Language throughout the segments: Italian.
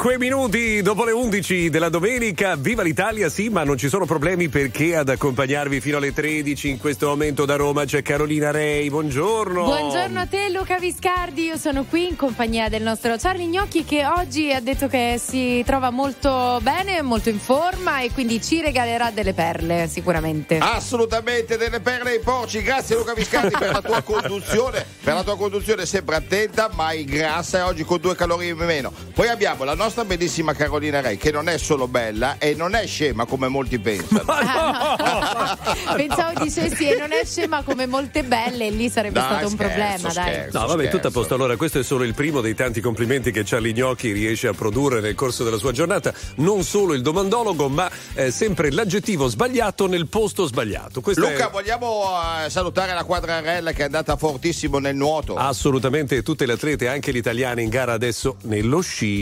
5 minuti dopo le 11 della domenica. Viva l'Italia, sì, ma non ci sono problemi perché ad accompagnarvi fino alle 13 in questo momento da Roma c'è Carolina Rei. Buongiorno. Buongiorno a te, Luca Viscardi. Io sono qui in compagnia del nostro Charlie Gnocchi, che oggi ha detto che si trova molto bene, molto in forma, e quindi ci regalerà delle perle sicuramente. Assolutamente, delle perle ai porci. Grazie Luca Viscardi per la tua conduzione. Per la tua conduzione sempre attenta, mai grassa, e oggi con 2 calorie in meno. Poi abbiamo la nostra bellissima Carolina Rei, che non è solo bella e non è scema come molti pensano. Pensavo dicessi e non è scema come molte belle, e lì sarebbe stato un problema. No, vabbè, tutto a posto. Allora, questo è solo il primo dei tanti complimenti che Charlie Gnocchi riesce a produrre nel corso della sua giornata. Non solo il domandologo, ma sempre l'aggettivo sbagliato nel posto sbagliato. Luca, vogliamo salutare la Quadrarella, che è andata fortissimo nel nuoto. Assolutamente, tutte le atlete, anche le italiane, in gara adesso nello sci.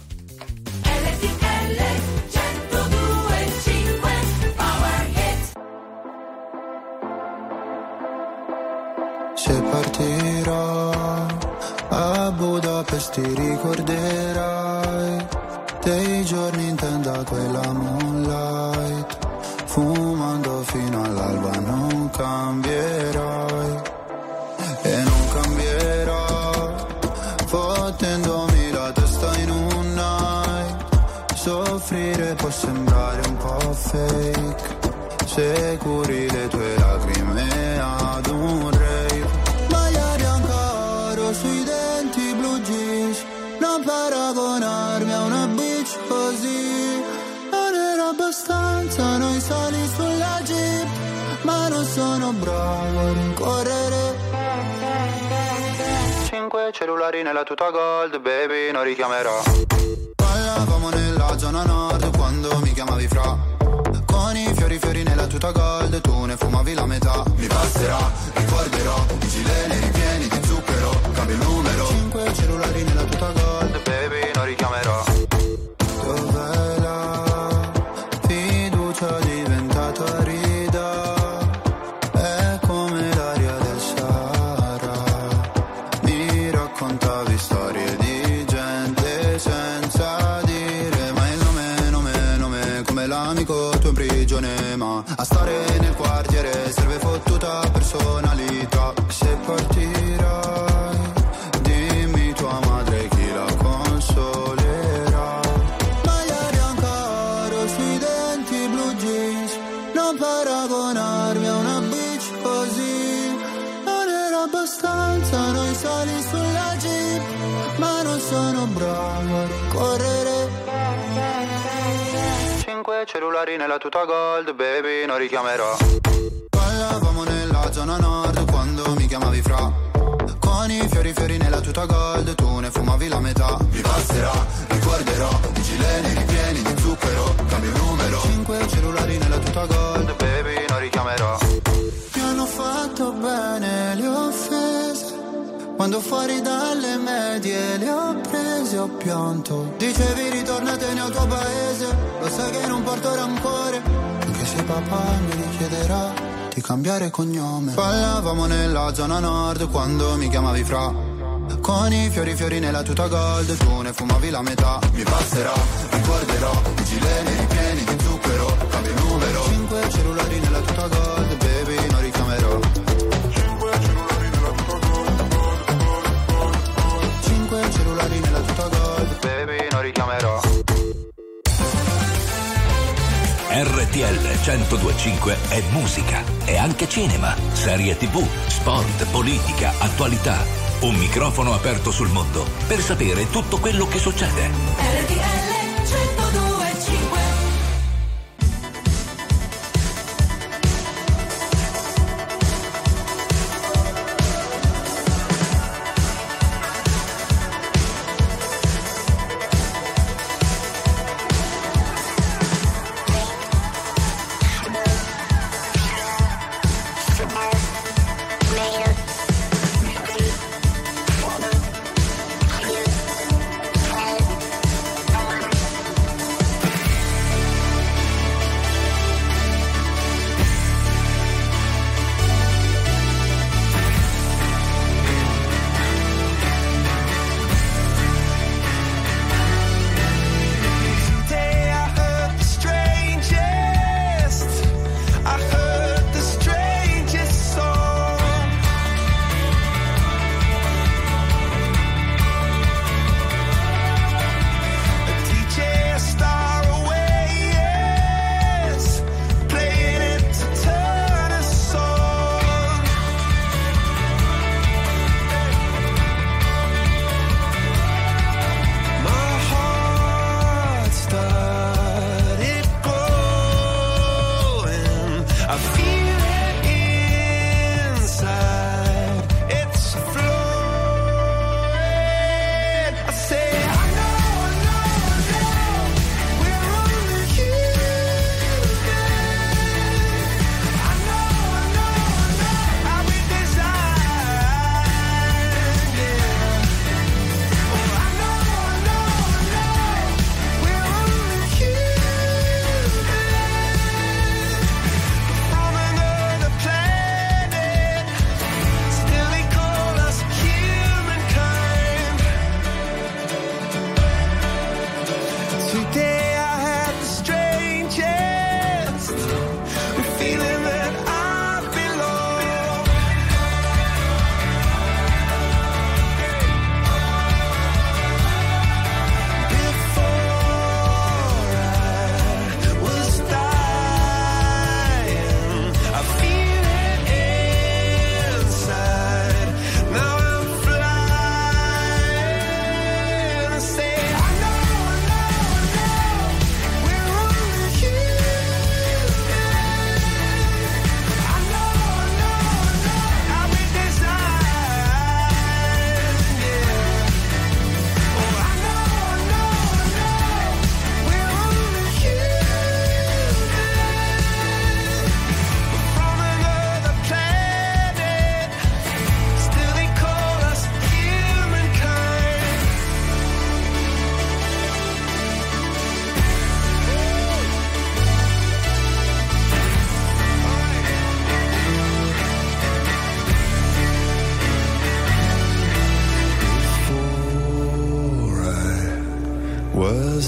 Se partirò a Budapest ti ricorderai dei giorni intendati e la moonlight, fumando fino all'alba. Non cambierai e non cambierò, fottendomi la testa in un night. Soffrire può sembrare un po' fake se curi le tue lacrime ad un rave. Maglia bianca oro sui denti, blue jeans, non paragonarmi a una bitch così. Non era abbastanza noi sali sulla jeep, ma non sono bravo a rincorrere. 5 cellulari nella tuta gold, baby, non richiamerò. Parlavamo nella zona nord quando mi chiamavi fra. Con i fiori nella tuta gold, tu ne fumavi la metà. Mi passerà, ricorderò, i gileni ripieni di zucchero, cambio il numero. 5 cellulari nella tuta gold, baby, non richiamerò. Dov'è la fiducia diventata rida? È come l'aria del Sahara. Mi raccontavi storie di gente senza dire mai il nome, come l'amico tuo in prigione. Ma a stare nel quartiere serve fottuta personalità. Se partirai, dimmi tua madre chi la consolerà. Maglia bianca oro sui denti, blue jeans, non paragonarmi a una bitch così. Non era abbastanza noi sali sulla jeep, ma non sono bravo a correre. 5 cellulari nella tuta gold, baby, non richiamerò. Parlavamo nella zona nord quando mi chiamavi fra. Con i fiori nella tuta gold, tu ne fumavi la metà. Mi passerà, ricorderò, i gileni ripieni di zucchero, cambio il numero. 5 cellulari nella tuta gold, baby, non richiamerò. Mi hanno fatto bene le offese, quando fuori dalle medie le ho prese, ho pianto. Dicevi ritornatene al tuo paese, lo sai che non porto rancore, anche se papà mi richiederà di cambiare cognome. Parlavamo nella zona nord quando mi chiamavi fra. Con i fiori nella tuta gold, tu ne fumavi la metà. Mi passerà, ricorderò, i gileni ripieni di zucchero, cambio il numero. 5 cellulari nella tuta gold, baby, non richiamerò. 5 cellulari nella tuta gold, baby, non richiamerò. RTL 102.5 è musica, è anche cinema, serie TV, sport, politica, attualità. Un microfono aperto sul mondo per sapere tutto quello che succede. RTL 102.5.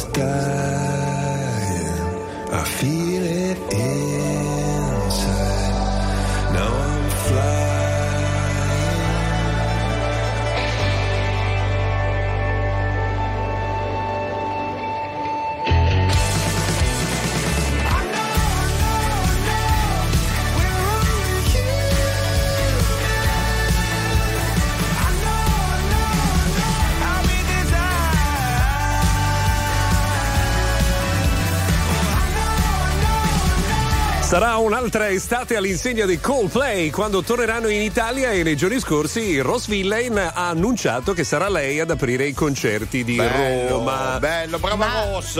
was dying. I feel it inside. Now I'm flying. Sarà un'altra estate all'insegna dei Coldplay quando torneranno in Italia, e nei giorni scorsi Ross Villain ha annunciato che sarà lei ad aprire i concerti di Roma. Bello, brava Ross.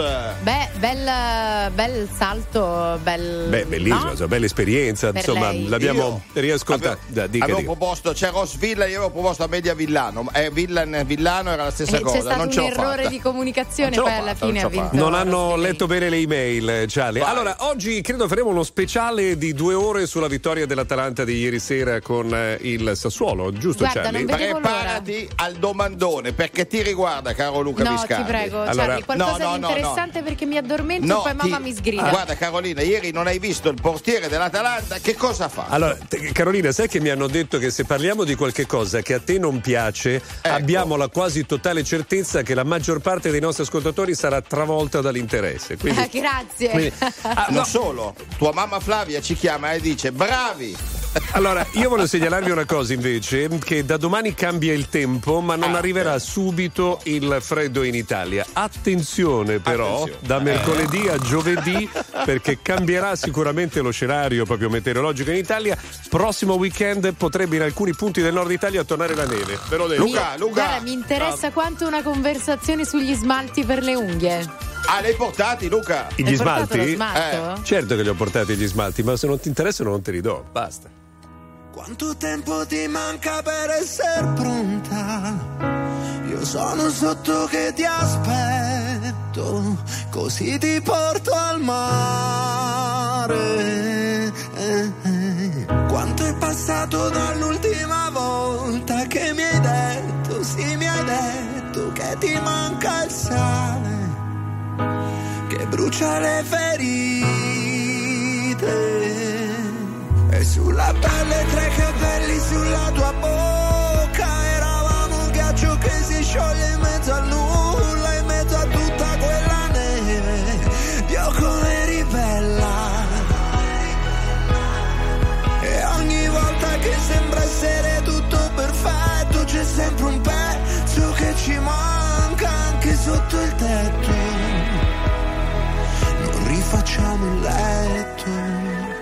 Bel salto, bellissima, no? bella esperienza, Per insomma, lei. l'abbiamo riascoltata. Avevo proposto, c'è Ross Villain, io avevo proposto a Media Villano, Villano era la stessa cosa. C'è stato non ce l'ho un errore fatta. di comunicazione, Non ce poi l'ho alla fatta, fine ha non ce l'ho vinto. Non hanno Ross letto bene le email, Charlie. Vai. Allora, oggi credo faremo uno speciale di 2 ore sulla vittoria dell'Atalanta di ieri sera con il Sassuolo, giusto? Guarda, Charlie? non vedevo Preparati al domandone perché ti riguarda, caro Luca No, Viscardi. ti prego, Allora, Charlie, qualcosa no, di no, interessante perché mi addormento e poi mamma mi sgrida. Guarda Carolina, ieri non hai visto il portiere dell'Atalanta, che cosa fa? Allora, Carolina, sai che mi hanno detto che se parliamo di qualche cosa che a te non piace, abbiamo la quasi totale certezza che la maggior parte dei nostri ascoltatori sarà travolta dall'interesse. Quindi, Grazie. Non solo, tua mamma Flavia ci chiama e dice bravi. Allora, io voglio segnalarvi una cosa invece, che da domani cambia il tempo, ma non arriverà subito il freddo in Italia. Attenzione però, da mercoledì a giovedì, perché cambierà sicuramente lo scenario proprio meteorologico inItalia. Prossimo weekend potrebbe in alcuni punti del nord Italia tornare la neve. Ve lo dico. Luca. Guarda, mi interessa quanto una conversazione sugli smalti per le unghie. Ah, l'hai portati, Luca? Gli Hai portato lo smalti? smalto? Certo che li ho portati gli smalti, ma se non ti interessano non te li do, basta. Quanto tempo ti manca per essere pronta? Io sono sotto che ti aspetto, così ti porto al mare. Quanto è passato dall'ultima volta che mi hai detto, sì mi hai detto che ti manca il sale, che brucia le ferite. E sulla pelle 3 capelli sulla tua bocca, eravamo un ghiaccio che si scioglie in mezzo al nulla, in mezzo a tutta quella neve. Dio come ribella, e ogni volta che sembra essere tutto perfetto c'è sempre un pezzo che ci manca anche sotto il tetto. Non rifacciamo il letto.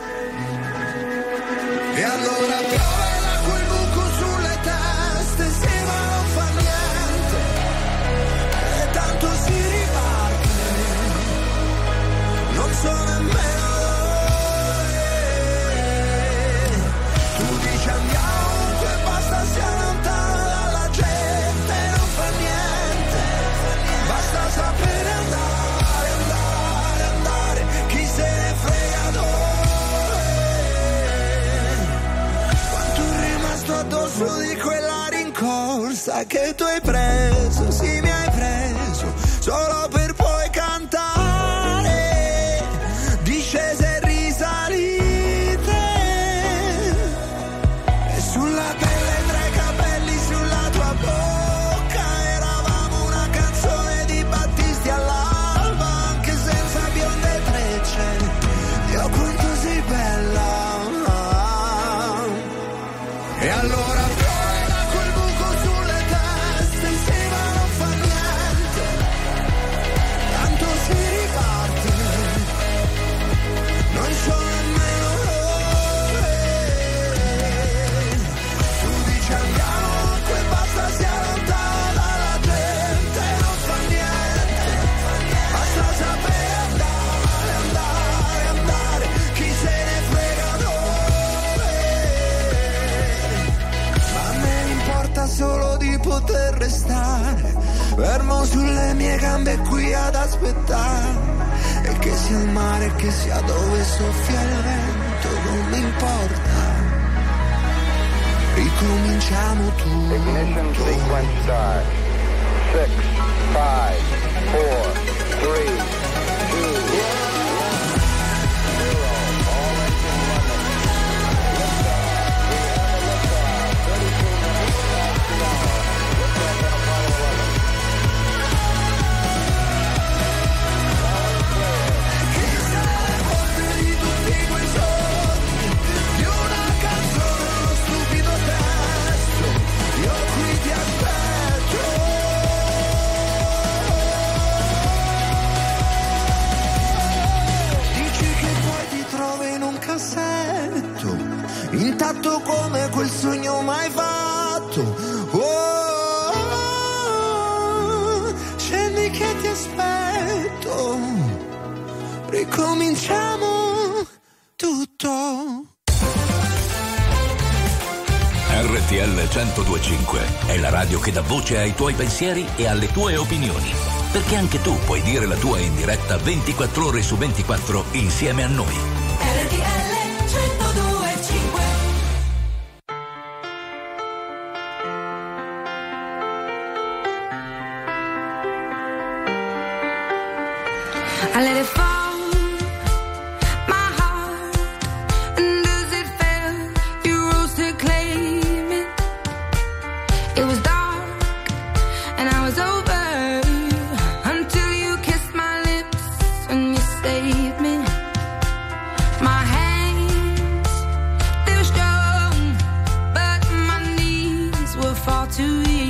E allora piove quel buco sulle teste, sì ma non fa niente, e tanto si riparte, non so nemmeno dove. Tu dici andiamo ovunque, basta sia lontano dalla gente, non fa niente, basta sapere andare, andare, andare, chi se ne frega dove. Addosso di quella rincorsa che tu hai preso, sì mi hai preso, solo per poi cantare discese e risalite, e sulla pelle 3 capelli sulla tua bocca, eravamo una canzone di Battisti all'alba, anche senza bionde trecce. Dio quanto sei bella. E allora piove da quel buco sulle teste, sì ma non fa niente, tanto si riparte, non so nemmeno dove. Tu dici andiamo ovunque, basta sia lontano dalla gente, non fa niente, basta sapere andare, andare, andare, chi se ne frega dove. Solo di poter restare fermo sulle mie gambe qui ad aspettare, e che sia il mare, che sia dove soffia il vento, non mi importa, ricominciamo tutto. Ignition sequence start. 6, 5, 4, Intatto come quel sogno mai fatto. Scendi che ti aspetto. Ricominciamo tutto. RTL 102.5 è la radio che dà voce ai tuoi pensieri e alle tue opinioni. Perché anche tu puoi dire la tua in diretta 24 ore su 24 insieme a noi. RTL 102.5. I let it fall, my heart, and as it fell, you rose to claim it. It was dark, and I was over, until you kissed my lips, and you saved me. My hands, they were strong, but my knees were far too weak.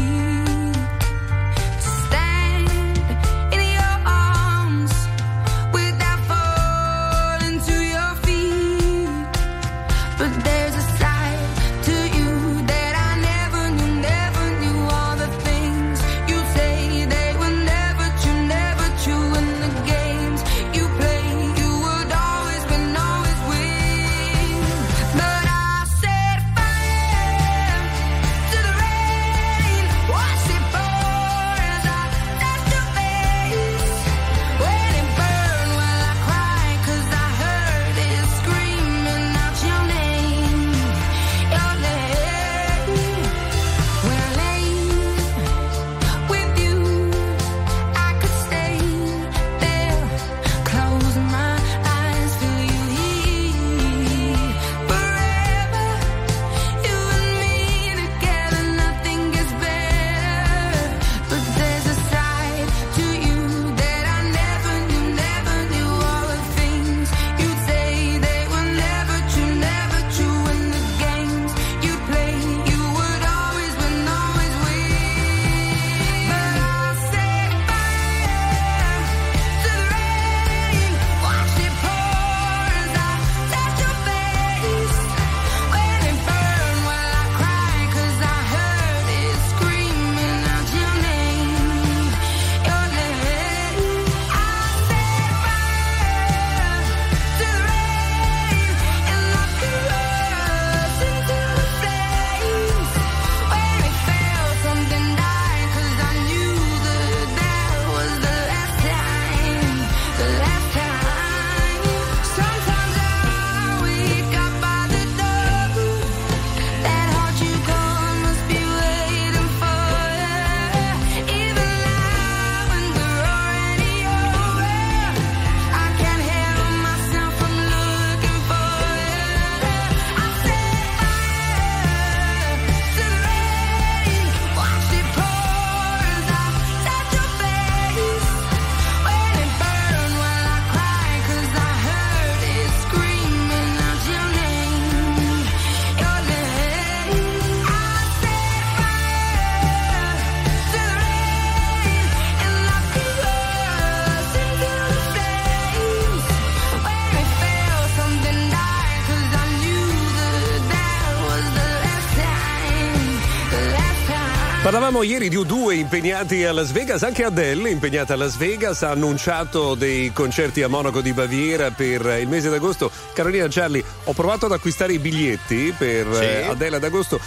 Parlavamo ieri di U2 impegnati a Las Vegas, anche Adele impegnata a Las Vegas, ha annunciato dei concerti a Monaco di Baviera per il mese d'agosto. Carolina, Charlie, ho provato ad acquistare i biglietti per Adele ad agosto,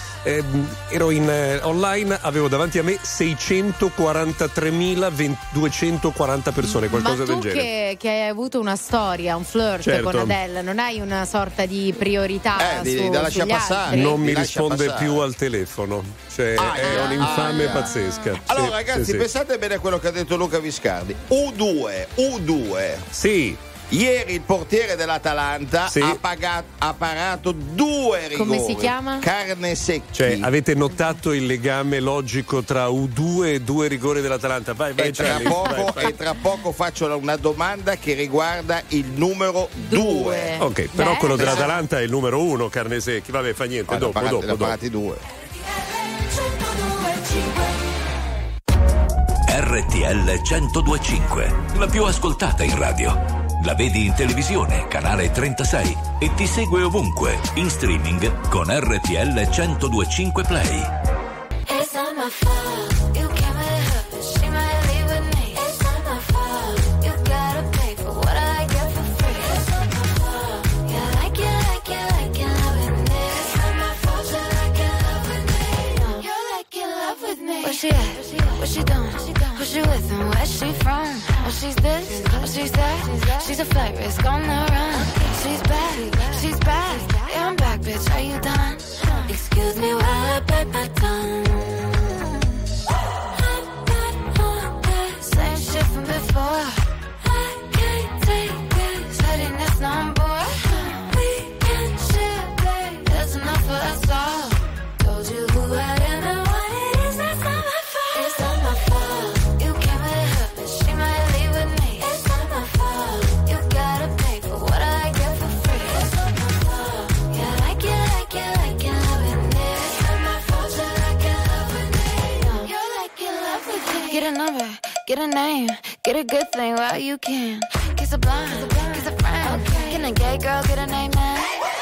ero online, avevo davanti a me 643.240 persone, qualcosa del genere. Ma tu che hai avuto una storia, un flirt con Adele, non hai una sorta di priorità da lascia passare. altri? Non mi risponde più al telefono, cioè è un fame pazzesca. Allora, Sì, ragazzi, sì. pensate bene a quello che ha detto Luca Viscardi. U2. Sì. Ieri il portiere dell'Atalanta Sì. ha parato 2 rigori. Come si chiama? Carne secchi. Cioè, avete notato il legame logico tra U2 e 2 rigori dell'Atalanta? Vai, E tra, Charlie, poco, vai. e tra poco faccio una domanda che riguarda il numero 2. Ok, però Beh, quello beh. dell'Atalanta è il numero 1, carne secchi. Vabbè, fa niente, dopo. Ne ho parati 2. RTL 1025, la più ascoltata in radio. La vedi in televisione, canale 36 e ti segue ovunque, in streaming con RTL 1025 Play. It's not my fault. You came with her, but she might leave with me. It's not my fault. You gotta pay for what I get for free. It's not my fault. You like love with me. It's not my fault. You like love with me. No, you like love with me. Where she at? What she doing? Who she with and where she from? Oh, she's this, oh, she's that. She's a flight risk on the run. She's back. Yeah, I'm back, bitch. Are you done? Excuse me while I bite my tongue. Same shit from before. I can't take it. Setting this number. We can share, babe. There's enough for us all. Told you who I am and what it is. That's not my fault. It's not my fault. You came with her, but she might leave with me. It's not my fault. You gotta pay for what I get for free. It's not my fault. Yeah, like love with me. It's not my fault. You like love with me. No, you like love with me. Get a number, get a name, get a good thing while you can. Kiss a blind, kiss a friend. Can a gay girl get a name now?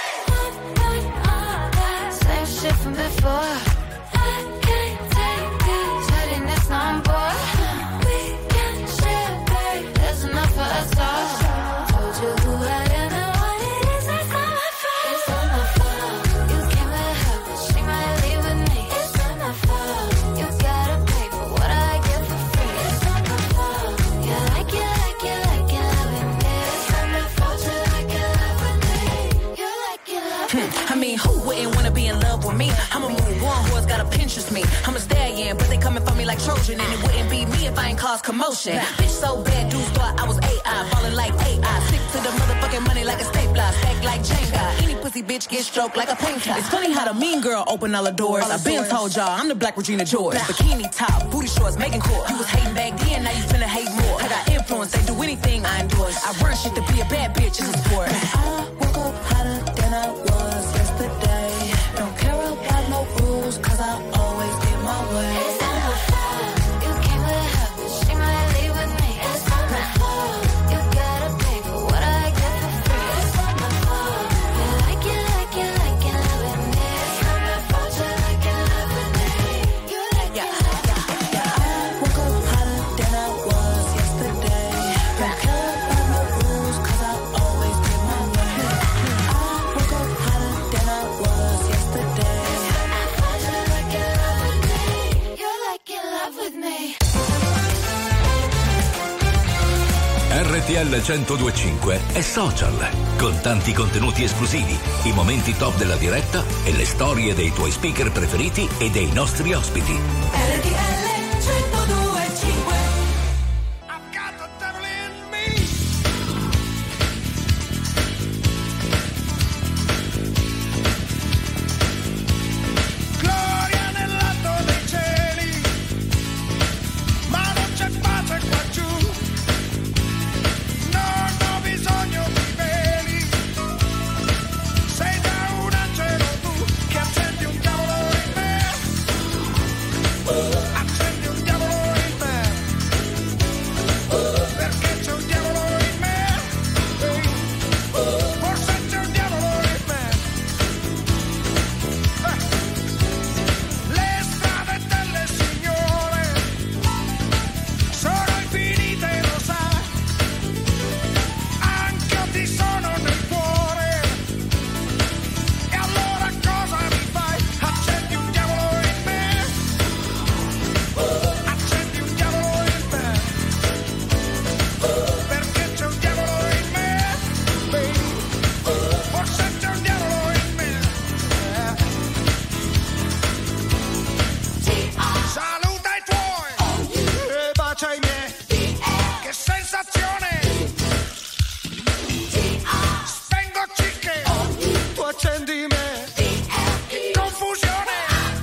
Same shit from before. I can't take it. Setting this number. We can share, babe. There's enough for us all. Told you who I am and what it is. That's not my fault. It's not my fault. You came with her, but she might leave with me. It's not my fault. You gotta pay for what I get for free. It's not my fault. You like love with me. It's not my fault. You like love with me. You like love with me. I mean, who wouldn't wanna be in love with me? I'ma move on, who's gotta Pinterest me? I'm a stallion, but they coming for me like Trojan, and it wouldn't be me if I ain't cause commotion. Bitch so bad, dudes thought I was AI, falling like AI. Stick to the motherfucking money like a stapler, stack like Jenga. Any pussy bitch get stroked like a painter. It's funny how the mean girl open all the doors. I been told y'all I'm the Black Regina George. Bikini top, booty shorts, making court. You was hating back then, now you finna hate more. I got influence, they do anything I endorse. I run shit to be a bad bitch in the sport. I woke up hotter than I was yesterday. Don't care about no rules, cause I always get my way. It's not my fault. You came with her, but she might leave with me. It's not my fault. You gotta pay for what I get for free. It's not my fault. You like love with me. It's not my fault. You like love with me. You like love with me. I woke up hotter than I was yesterday. Don't care about no rules, cause I always get my way. I woke up hotter than I was yesterday. You like love with me. RTL 1025 è social, con tanti contenuti esclusivi, i momenti top della diretta e le storie dei tuoi speaker preferiti e dei nostri ospiti. RTL 1025. Gloria nell'alto dei cieli, ma non c'è pace qua giù. Non ho bisogno di veli, sei già un angelo tu che accendi un cavolo in me. Confusione.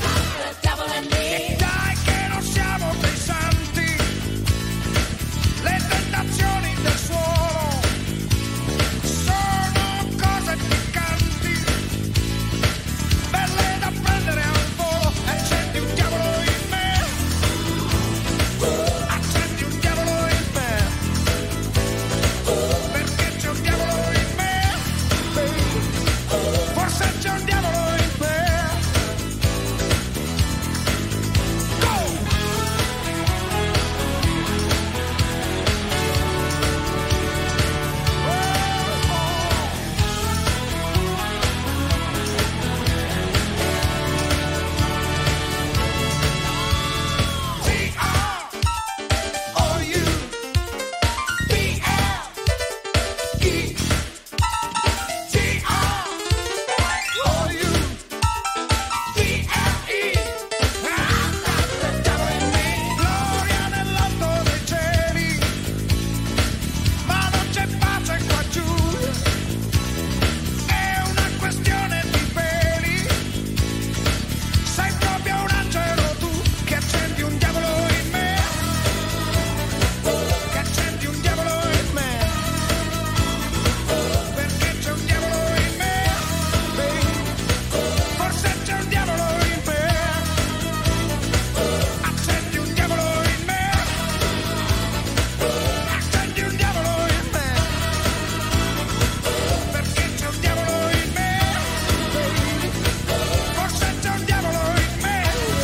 E dai che non siamo dei santi. Le tentazioni del suolo sono cose piccanti, belle da prendere al volo. Accendi un diavolo in me. Accendi un diavolo in me. Perché c'è un diavolo in me. Forse c'è un diavolo in me. Gloria nell'alto dei cieli, ma non c'è pace qua giù. È una questione di peli. Sei proprio un angelo tu, che accendi un diavolo in me. Che accendi un diavolo in me. Perché c'è un diavolo in me. Forse c'è un diavolo in me. Accendi un diavolo in me. Accendi un diavolo in me. Perché c'è un diavolo in me. Forse c'è un diavolo in me.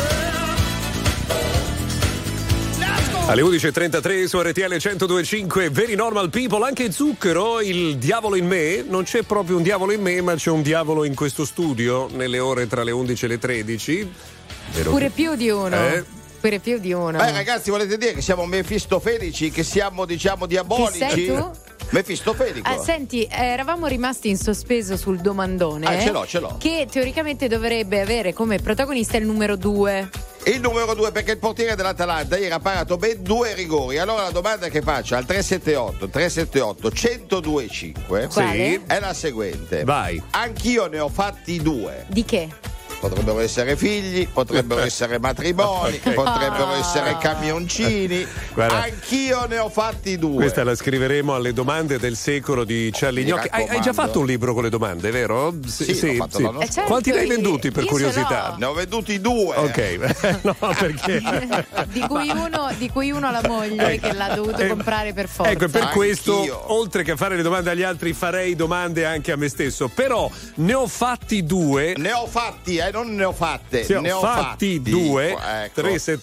Let's go. Alle 11.33 su RTL 102.5 Very Normal People, anche Zucchero, il diavolo in me. Non c'è proprio un diavolo in me, ma c'è un diavolo in questo studio nelle ore tra le 11 e le 13. Vero Pure che- più di uno. Pure più di uno. Ragazzi, volete dire che siamo mefistofelici, che siamo, diciamo, diabolici? Chi sei tu? Mefistofelico. Senti, eravamo rimasti in sospeso sul domandone. Ce l'ho. Che teoricamente dovrebbe avere come protagonista il numero 2. Il numero 2, perché il portiere dell'Atalanta ieri ha parato ben 2 rigori. Allora la domanda che faccio al 378 1025 Quale? è la seguente. Vai. Anch'io ne ho fatti 2. Di che? Potrebbero essere figli, potrebbero essere matrimoni, potrebbero essere camioncini. Guarda, Anch'io ne ho fatti 2. questa la scriveremo alle domande del secolo di Charlie Mi Gnocchi. Hai già raccomando. fatto un libro con le domande, vero? Sì, l'ho fatto l'anno scorso. Certo, Quanti ne hai venduti, per io curiosità? ce Ne ho venduti 2. Ok, no, perché di cui uno alla moglie che l'ha dovuto comprare per forza. Ecco, per Anch'io. questo, oltre che a fare le domande agli altri, farei domande anche a me stesso. Però ne ho fatti 2. Ne ho fatti, non ne ho fatte. Sì, ne ho fatti 2. Ecco.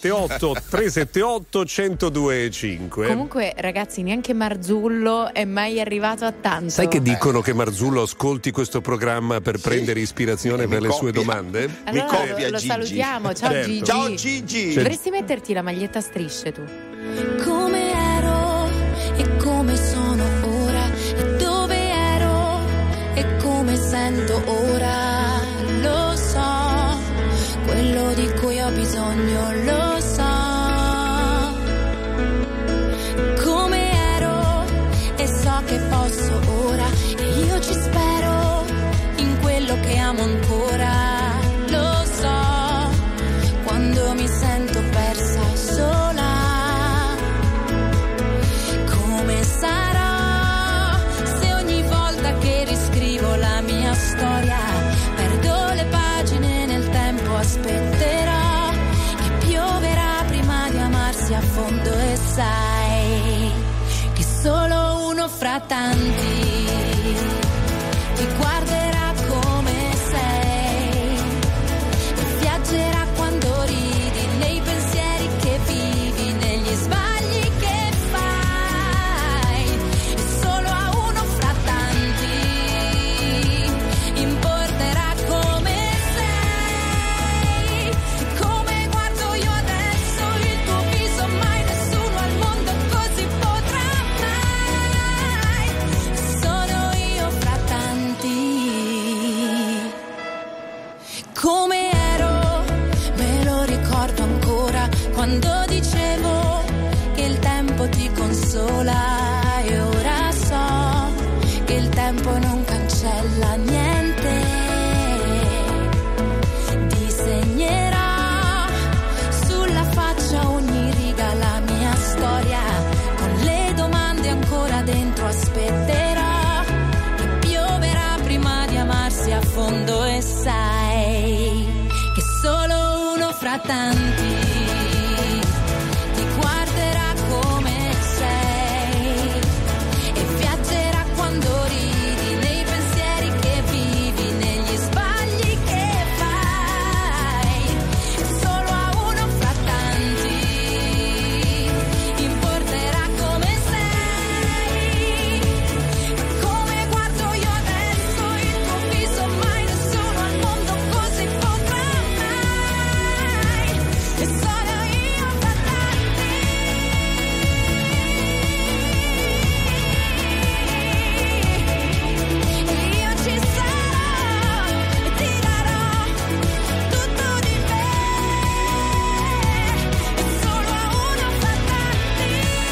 378 1025. Comunque, ragazzi, neanche Marzullo è mai arrivato a tanto. Sai che dicono che Marzullo ascolti questo programma per prendere ispirazione per Mi le sue copia. domande? Allora copia lo Gigi. salutiamo. Ciao Certo. Gigi. Ciao Gigi. Dovresti metterti la maglietta a strisce tu. Come ero e come sono ora, e dove ero e come sento ora, lo so, quello di cui ho bisogno, lo so. Come ero e so che posso ora, e io ci spero in quello che amo ancora, lo so, quando mi sento persa sola. Come sarà se ogni volta che riscrivo la mia storia perdo le pagine nel tempo, aspetterò che pioverà prima di amarsi a fondo, e sai che solo uno fra tanti ti guarderà come sei e viaggerà quando ridi, nei pensieri che vivi, negli sbagli che fai, e solo a uno fra tanti importerà come sei, come guardo io adesso il tuo viso, mai nessuno al mondo così potrà mai, sono io fra tanti. Come ero, me lo ricordo ancora, quando dicevo che il tempo ti consola, e ora so che il tempo non cancella niente, tanti, ti guarderà come sei e viaggerà quando ridi, nei pensieri che vivi, negli sbagli che fai. Solo a uno fra tanti importerà come sei, come guardo io adesso il tuo viso, mai nessuno al mondo così potrà mai. E sono io fra tanti. Io ci sarò e ti darò tutto di me. E solo a uno fra tanti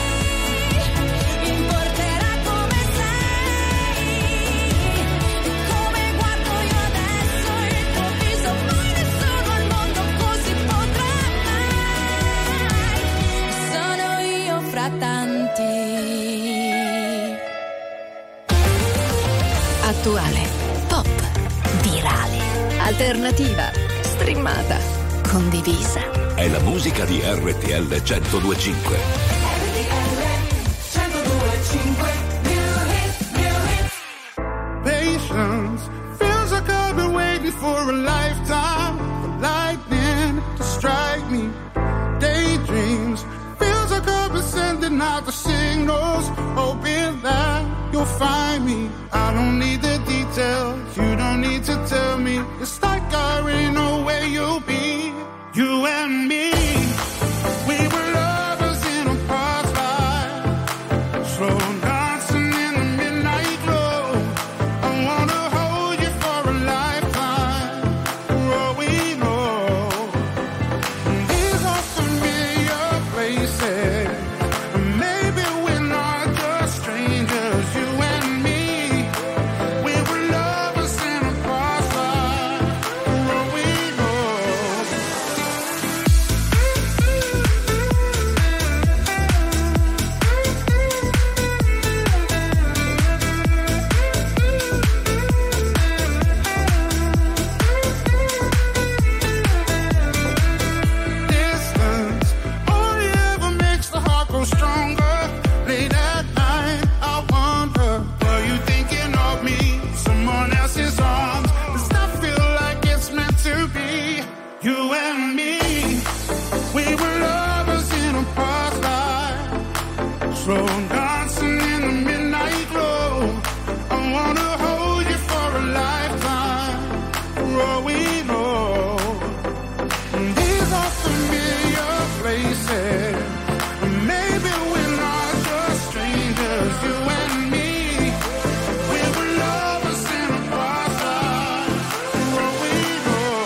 importerà come sei, come guardo io adesso il tuo viso, mai nessuno al mondo così potrà mai. Sono io fra tanti. Attuale, pop, virale, alternativa, streamata, condivisa. È la musica di RTL 102.5. Patience feels like I've been waiting for a lifetime, for lightning to strike me. Daydreams feels like I've been sending out the signals, hoping that you'll find me. I don't need the details, you don't need to tell me. It's like I already know where you'll be. You and me, we were lovers in a past life, slow dancing in the midnight glow. I wanna hold you for a lifetime, for all we know. These are familiar places, and maybe we're not just strangers. You and me, we were lovers in a past life, for all we know. Distance only ever makes the heart grow stronger. Late at night, I wonder, were you thinking of me? Someone else's arms. Does that feel like it's meant to be? You and me, we were lovers in a past life, slow dancing in the midnight glow. I wanna hold you for a lifetime, for all we know. These are familiar places, and maybe we're not just strangers. You and me, we were lovers in a past life, for all we know.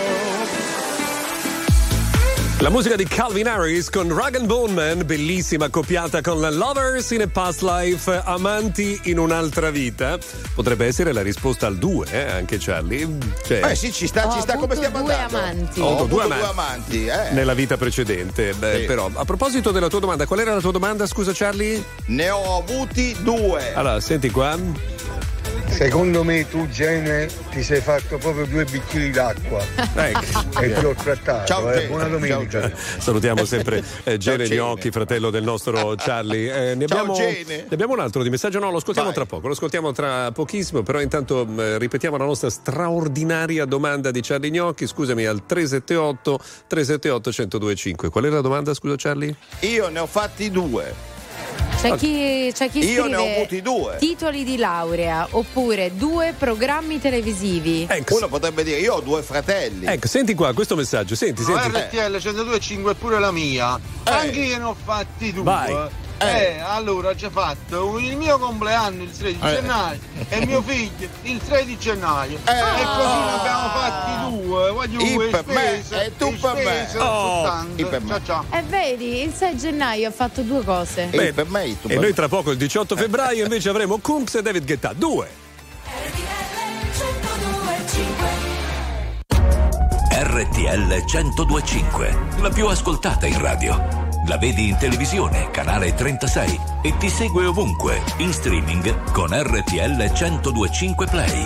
La musica di Calvin Harris con Rag & Bone Man, bellissima accoppiata con la Lovers in a Past Life, amanti in un'altra vita. Potrebbe essere la risposta al 2, anche Charlie. Cioè, Sì, ci sta, come stiamo due andando? amanti. Ho avuto Due due amanti, nella vita precedente. Beh, Sì. Però, a proposito della tua domanda, qual era la tua domanda, scusa Charlie? Ne ho avuti 2. Allora, senti qua. Secondo me tu, Gene, ti sei fatto proprio 2 bicchieri d'acqua Ecco. e ti ho trattato. Ciao, Gene. Buona domenica. Ciao, Gene. Salutiamo sempre Gene Gene. Gnocchi, fratello del nostro Charlie. Ne abbiamo, Gene. ne abbiamo un altro di messaggio? No, lo ascoltiamo Vai. tra poco, lo ascoltiamo tra pochissimo, però intanto ripetiamo la nostra straordinaria domanda di Charlie Gnocchi, scusami, al 378 1025. Qual è la domanda, scusa Charlie? Io ne ho fatti 2. C'è chi Io scrive ne ho avuti 2. titoli di laurea oppure 2 programmi televisivi. Ecco, Uno potrebbe dire io ho 2 fratelli. ecco, senti qua questo messaggio, senti. RTL 102.5 è pure la mia. Anche io ne ho fatti 2. Vai. Allora ho già fatto il mio compleanno il 13 gennaio e mio figlio il 13 gennaio. E così ne abbiamo fatti 2. Voglio I per spese, me e tu per me. soltanto. Per me. Ciao ciao. E vedi, il 6 gennaio ha fatto 2 cose. E per me, tu E noi tra poco il 18 febbraio invece avremo Kunks e David Guetta 2. RTL 102.5, la più ascoltata in radio. La vedi in televisione, canale 36 e ti segue ovunque, in streaming con RTL 102.5 Play.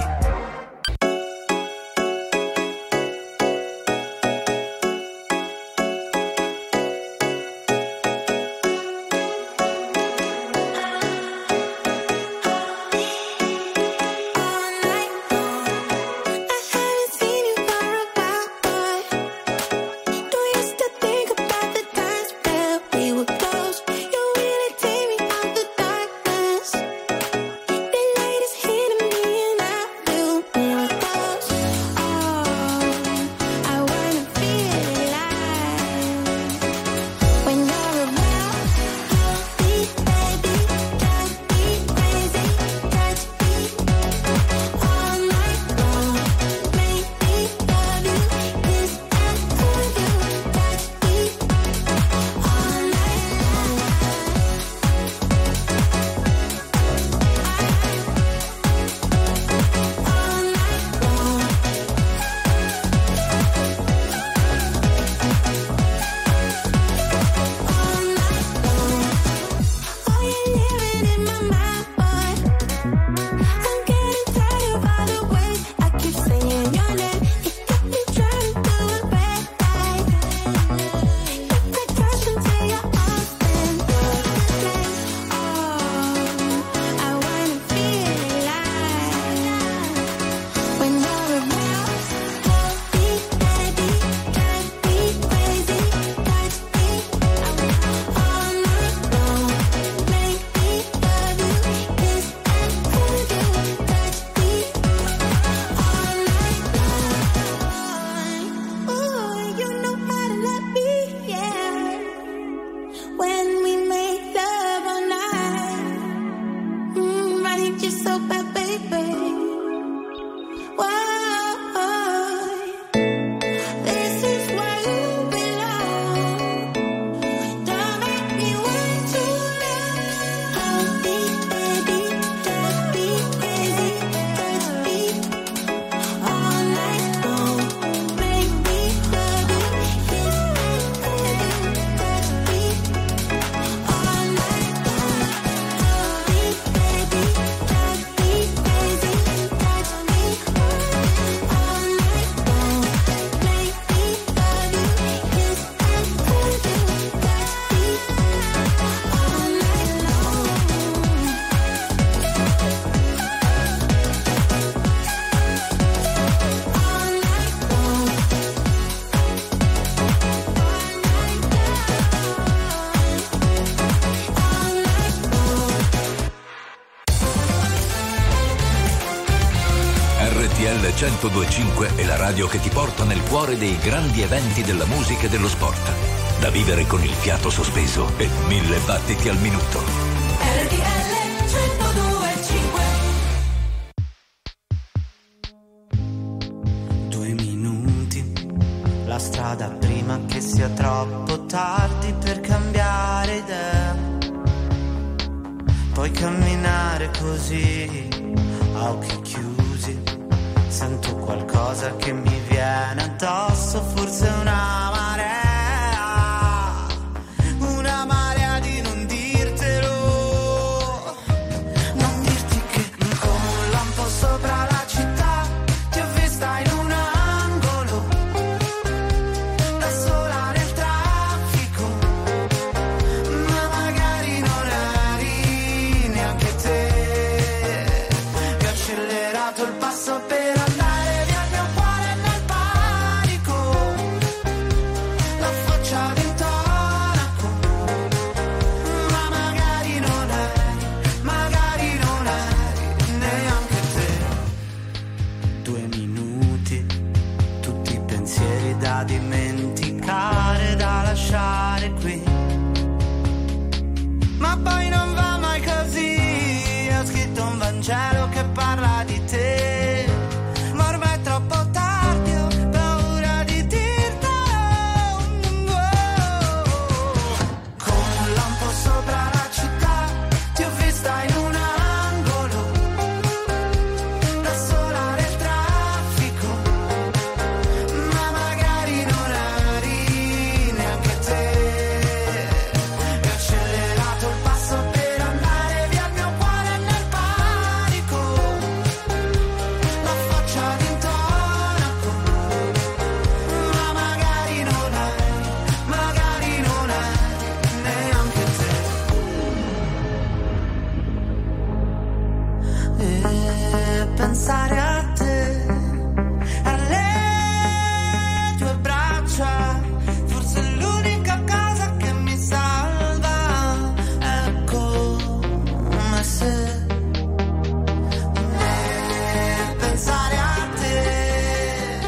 102.5 è la radio che ti porta nel cuore dei grandi eventi della musica e dello sport. Da vivere con il fiato sospeso e 1000 battiti al minuto. RTL 102.5. 2 minuti, la strada prima che sia troppo tardi per cambiare idea. Puoi camminare così, a occhi chiusi. Sento qualcosa che mi viene addosso, forse una marea di non dirtelo. Non dirti che come un lampo sopra la città ti ho vista in un angolo, da sola nel traffico, ma magari non eri neanche te. Vi ho accelerato il passo per andare via, il mio cuore nel panico, la faccia d'intonaco, ma magari non eri neanche te. 2 minuti, tutti i pensieri da dimenticare, da lasciare qui, ma poi non va mai così. Ho scritto un Vangelo che parla di te, ma ormai è troppo tardi, ho paura di dirtelo. Come un lampo sopra la città ti ho vista in un angolo, da sola nel traffico, ma magari non eri neanche te. Vi ho accelerato il passo per andare via, il mio cuore nel panico, la faccia d'intonaco, ma magari non eri neanche te. E pensare a te, alle tue braccia, forse è l'unica cosa che mi salva. È come se pensare a te,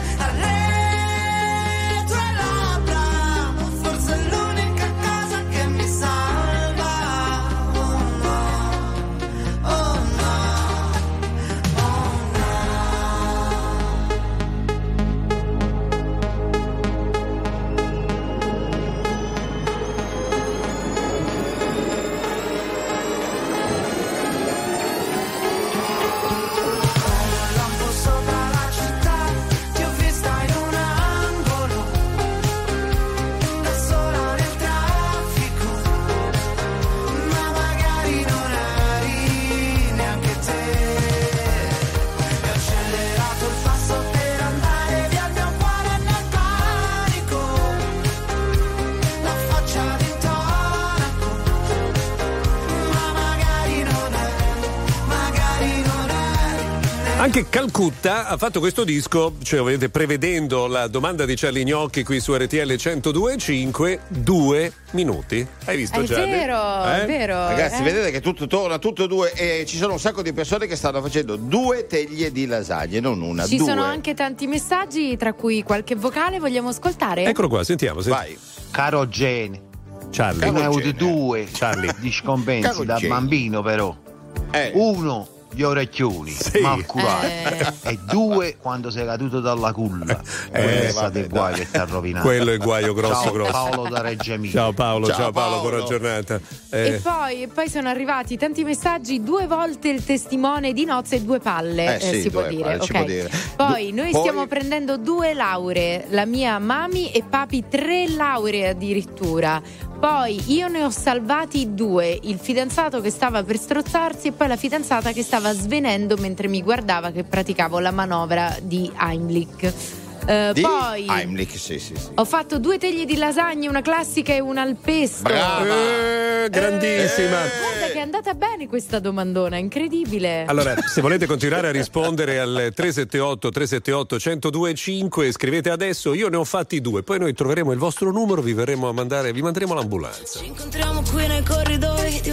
alle tue labbra, forse è l'unica cosa che mi salva. Oh no, oh no, oh no. Un lampo sopra la città ti ho vista in un angolo, da sola nel traffico, ma magari non eri neanche te. Vi ho accelerato il passo per andare via, il mio cuore nel panico, la faccia d'intonaco, ma magari non eri. Anche Calcutta ha fatto questo disco, cioè ovviamente prevedendo la domanda di Charlie Gnocchi qui su RTL 102.5, 2 minuti. Hai visto È Charlie? vero, è vero. Ragazzi, vedete che tutto torna, tutto due, e ci sono un sacco di persone che stanno facendo 2 teglie di lasagne, non una, Ci 2. sono anche tanti messaggi, tra cui qualche vocale. Vogliamo ascoltare? Eccolo qua, sentiamo. Vai. Caro Gene, Charlie. io ne ho avuti Gene. 2 Charlie. di scompensi Caro da Gene. bambino, però. Uno, gli orecchioni, Sì. mal curati. E 2, quando sei caduto dalla culla. Quello è stato il guaio che ti ha rovinato. Quello è il guaio grosso, Ciao, grosso. Paolo da Reggio Emilia. Ciao Paolo, Ciao, ciao Paolo, Paolo. buona giornata. E poi sono arrivati tanti messaggi, 2 volte il testimone di nozze e 2 palle, Sì, si può 2 dire. palle, si ok. può dire. Poi noi Poi- stiamo prendendo 2 lauree, la mia mami e papi 3 lauree addirittura. Poi io ne ho salvati 2, il fidanzato che stava per strozzarsi e poi la fidanzata che stava svenendo mentre mi guardava che praticavo la manovra di Heimlich. Di Poi Heimlich, sì. ho fatto 2 teglie di lasagne, una classica e una al pesto. Brava! Grandissima. Guarda che è andata bene questa domandona, incredibile. Allora, se volete continuare a rispondere al 378-378-1025, scrivete adesso. Io ne ho fatti 2, poi noi troveremo il vostro numero, vi manderemo l'ambulanza. Ci incontriamo qui nei corridoi di una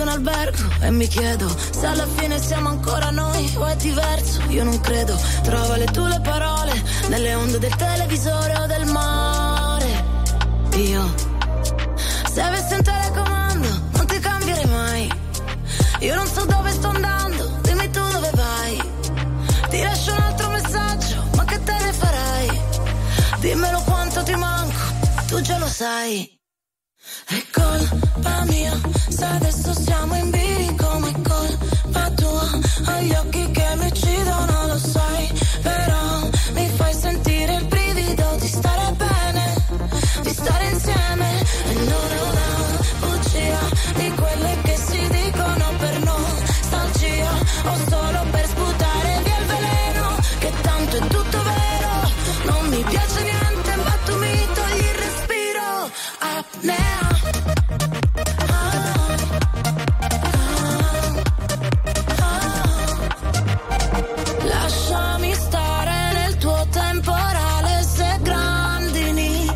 un albergo e mi chiedo se alla fine siamo ancora noi o è diverso. Io non credo, trova le parole nelle onde del televisore o del mare. Io, se avessi un telecomando, non ti cambierei mai. Io non so dove sto andando, dimmi tu dove vai. Ti lascio un altro messaggio, ma che te ne farai? Dimmelo quanto ti manco, tu già lo sai. È colpa mia, se adesso siamo in bilico, ma è colpa tua. Ho gli occhi che mi uccidono, lo sai. Però mi fai sentire il brivido di stare bene, di stare insieme. E non è una bugia di quelle che si dicono per nostalgia, o solo per sputare via il veleno, che tanto è tutto vero. Non mi piace niente, ma tu mi togli il respiro. Apnea. Lasciami stare nel tuo temporale se grandini.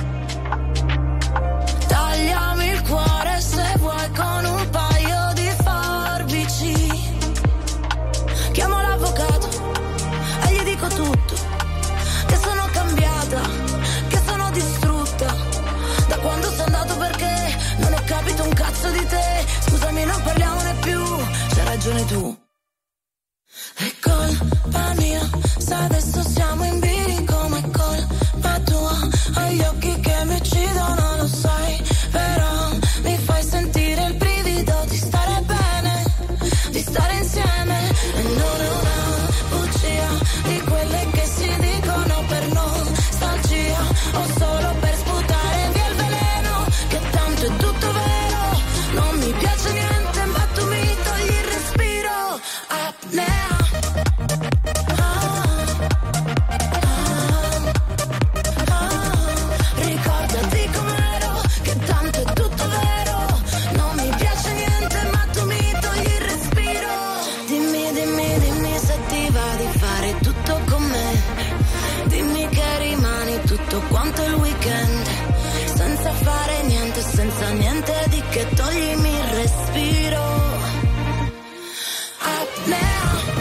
Tagliami il cuore se vuoi con un paio di forbici. Chiamo l'avvocato e gli dico tutto, che sono cambiata, che sono distrutta da quando sei andato, perché non ho capito un cazzo di te. Scusami, non parliamone più, c'hai ragione tu. È colpa mia, se adesso siamo in bilico, ma è colpa tua. Ho gli occhi che mi uccidono, lo sai. Però mi fai sentire il brivido di stare bene, di stare insieme. E non è una bugia di quelle che si dicono per nostalgia, o solo per sputare via il veleno, che tanto è tutto vero. Non mi piace niente, ma tu mi togli il respiro. Apnea. Ricordati com'ero, che tanto è tutto vero. Non mi piace niente, ma tu mi togli il respiro. Dimmi, dimmi, dimmi se ti va di fare tutto con me. Dimmi che rimani tutto quanto il weekend, senza fare niente, senza niente di che, toglimi il respiro. Apnea.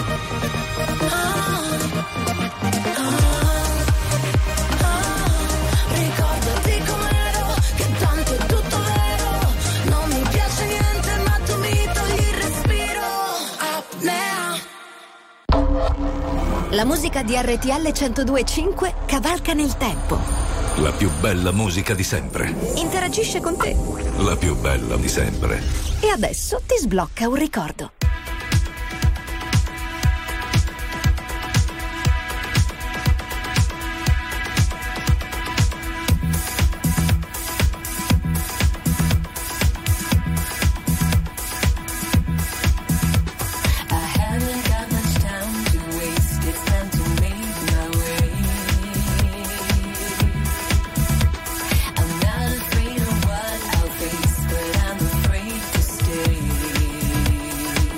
Ricordati com'ero, che tanto è tutto vero. Non mi piace niente, ma tu mi togli il respiro. Apnea. La musica di RTL 102.5 cavalca nel tempo. La più bella musica di sempre. Interagisce con te. La più bella di sempre. E adesso ti sblocca un ricordo. I'm not afraid of what I'll face, but I'm afraid to stay.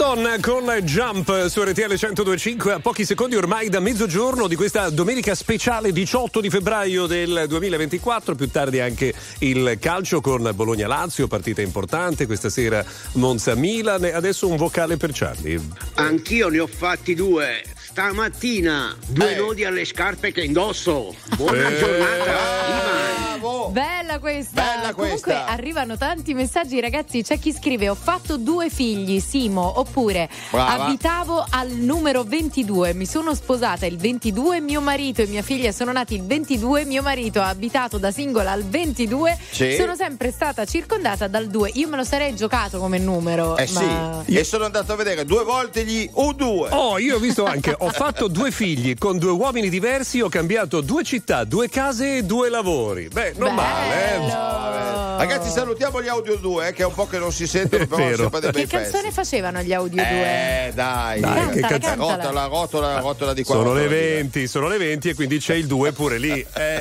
Madonna con Jump su RTL 102.5 a pochi secondi ormai da mezzogiorno di questa domenica speciale 18 di febbraio del 2024, più tardi anche il calcio con Bologna-Lazio, partita importante, questa sera Monza-Milan e adesso un vocale per Charlie. Anch'io ne ho fatti 2. Stamattina 2 nodi alle scarpe che indosso. Buona giornata, Ivan. Bella questa. Comunque arrivano tanti messaggi, ragazzi. C'è chi scrive: ho fatto 2 figli, Simo. Oppure abitavo al numero 22, mi sono sposata il 22, mio marito e mia figlia sono nati il 22, mio marito ha abitato da singola al 22, sono sempre stata circondata dal 2. Io me lo sarei giocato come numero. E sono andato a vedere 2 volte gli U2. Oh, io ho visto anche, ho fatto 2 figli con 2 uomini diversi, ho cambiato 2 città, 2 case e 2 lavori. Beh, non male. Ragazzi, salutiamo gli Audio 2 che è un po' che non si sentono, però sempre dei bei Che canzone pezzi. facevano gli Audio 2? Dai, Cantala. rotola di qua. Sono le 20 e quindi c'è il 2 pure lì.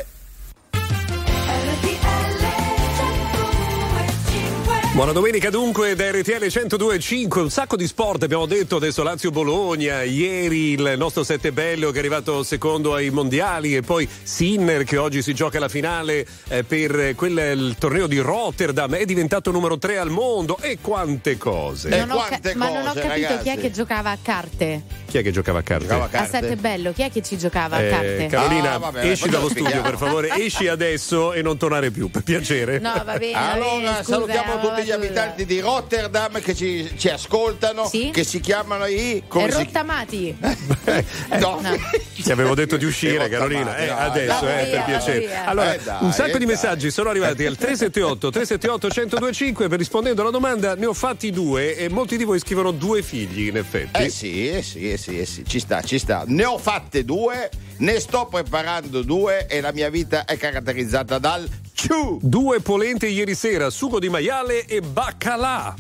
Buona domenica dunque da RTL 102.5, un sacco di sport abbiamo detto, adesso Lazio-Bologna, ieri il nostro Sette Bello che è arrivato secondo ai mondiali e poi Sinner che oggi si gioca la finale per il torneo di Rotterdam, è diventato numero 3 al mondo e quante cose. Non ho capito, ragazzi, chi è che giocava a carte? Chi è che giocava a carte? A Sette Bello, chi è che ci giocava a carte? Carolina, esci dallo studio per favore, esci adesso e non tornare più, per piacere. No, va bene. Allora, salutiamo tutti gli abitanti di Rotterdam che ci ascoltano, che si chiamano rottamati. No. Ti avevo detto di uscire, Carolina, adesso per piacere. Allora, un sacco di messaggi sono arrivati al 378 per rispondendo alla domanda ne ho fatti 2 e molti di voi scrivono 2 figli in effetti. Sì, ci sta. Ne ho fatte 2, ne sto preparando 2 e la mia vita è caratterizzata dal 2 polente ieri sera, sugo di maiale e baccalà.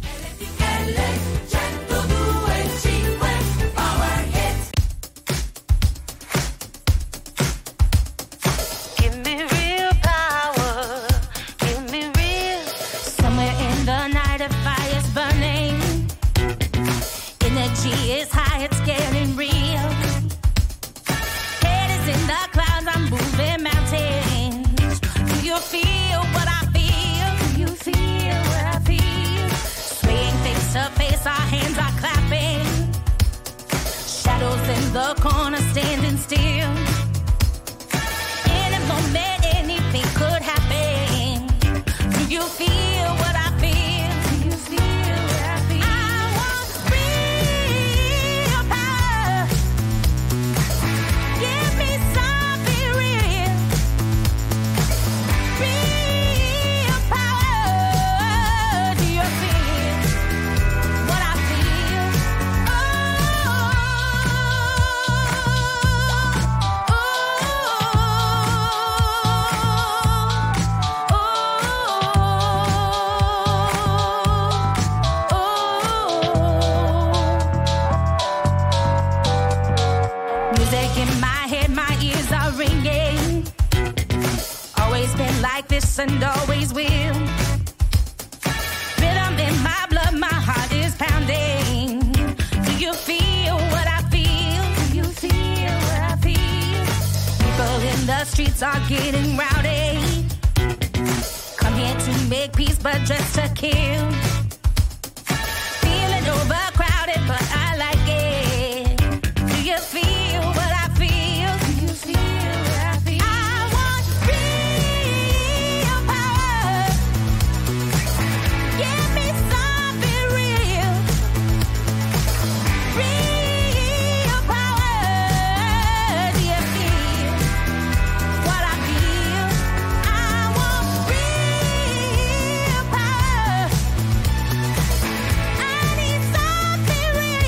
Give me real power, give me real. Somewhere in the night a fire's burning. Energy is high, it's getting real. Head is in the clouds, I'm moving mountains. Do you feel what I feel? Do you feel what I feel? Swaying face to face, our hands are clapping. Shadows in the corner standing still. In a moment, anything could happen. Do you feel what I feel? Do you feel what I feel? I want real power. Give me something real. Real power. Do you feel what I feel? Music in my head, my ears are ringing. Always been like this and always will. Rhythm in my blood, my heart is pounding. Do you feel what I feel? Do you feel what I feel? People in the streets are getting rowdy. Come here to make peace, but just to kill. Feeling overcrowded, but I like it. Do you feel what I feel? Do you feel what I feel? I want real power. Give me something real. Real power. Do you feel what I feel? I want real power. I need something real.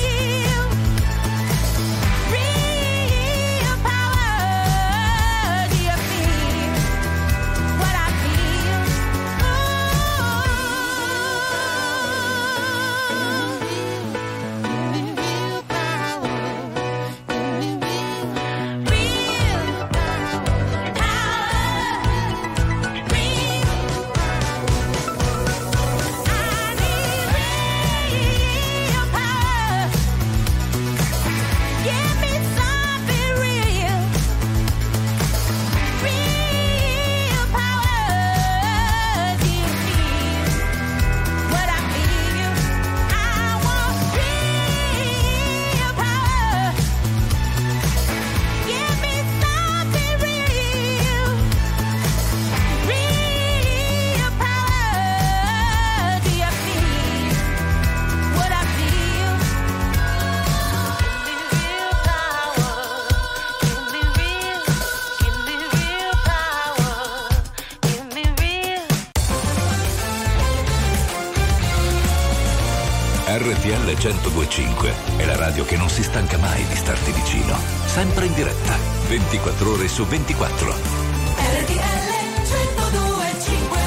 RTL 102.5 è la radio che non si stanca mai di starti vicino. Sempre in diretta, 24 ore su 24. RTL 102.5.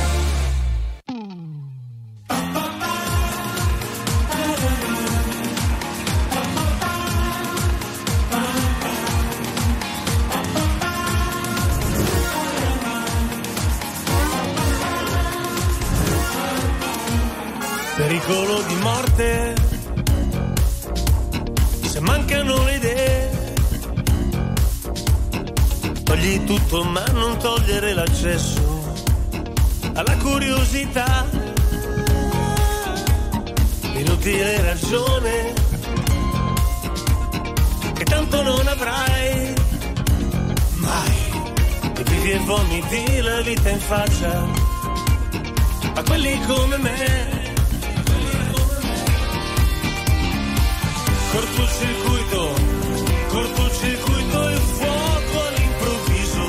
Pericolo di morte, se mancano le idee, togli tutto ma non togliere l'accesso alla curiosità, inutile ragione che tanto non avrai mai, e vivi e vomiti la vita in faccia a quelli come me. Cortocircuito e fuoco all'improvviso,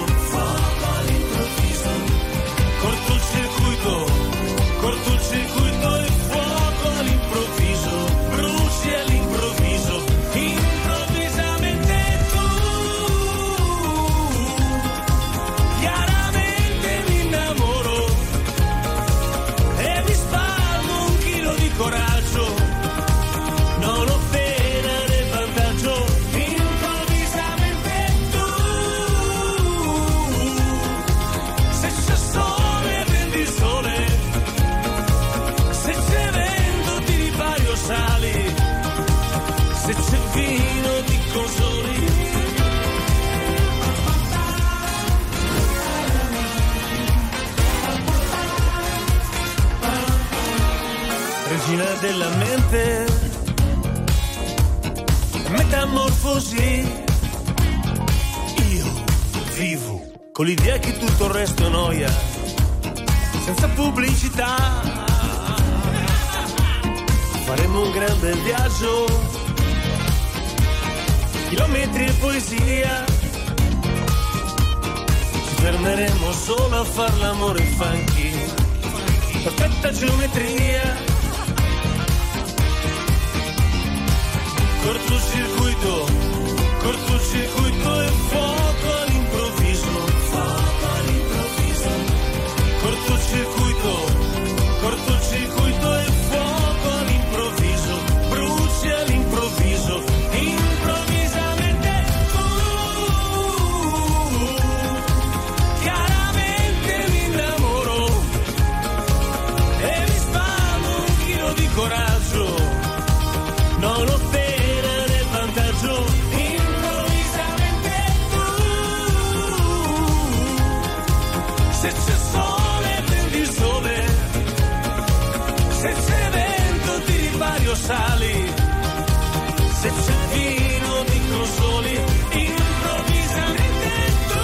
cortocircuito e fuoco all'improvviso, bruci all'improvviso, improvvisamente tu, chiaramente mi innamoro e mi spalmo un chilo di coraggio, non ho se c'è vino ti consoli. Regina della mente, metamorfosi, io vivo con l'idea che tutto il resto è noia, senza pubblicità. Faremo un gran bel viaggio, chilometri e poesia, ci fermeremo solo a far l'amore funky, perfetta geometria, cortocircuito e fuoco all'improvviso, cortocircuito e fuoco all'improvviso, bruci all'improvviso, improvvisamente tu, chiaramente mi innamoro e mi spalmo un chilo di coraggio, non ho pena né vantaggio, improvvisamente tu, se c'è sole prendi il sole, se c'è vento ti ripari o sali, se c'è vino ti consoli, improvvisamente tu,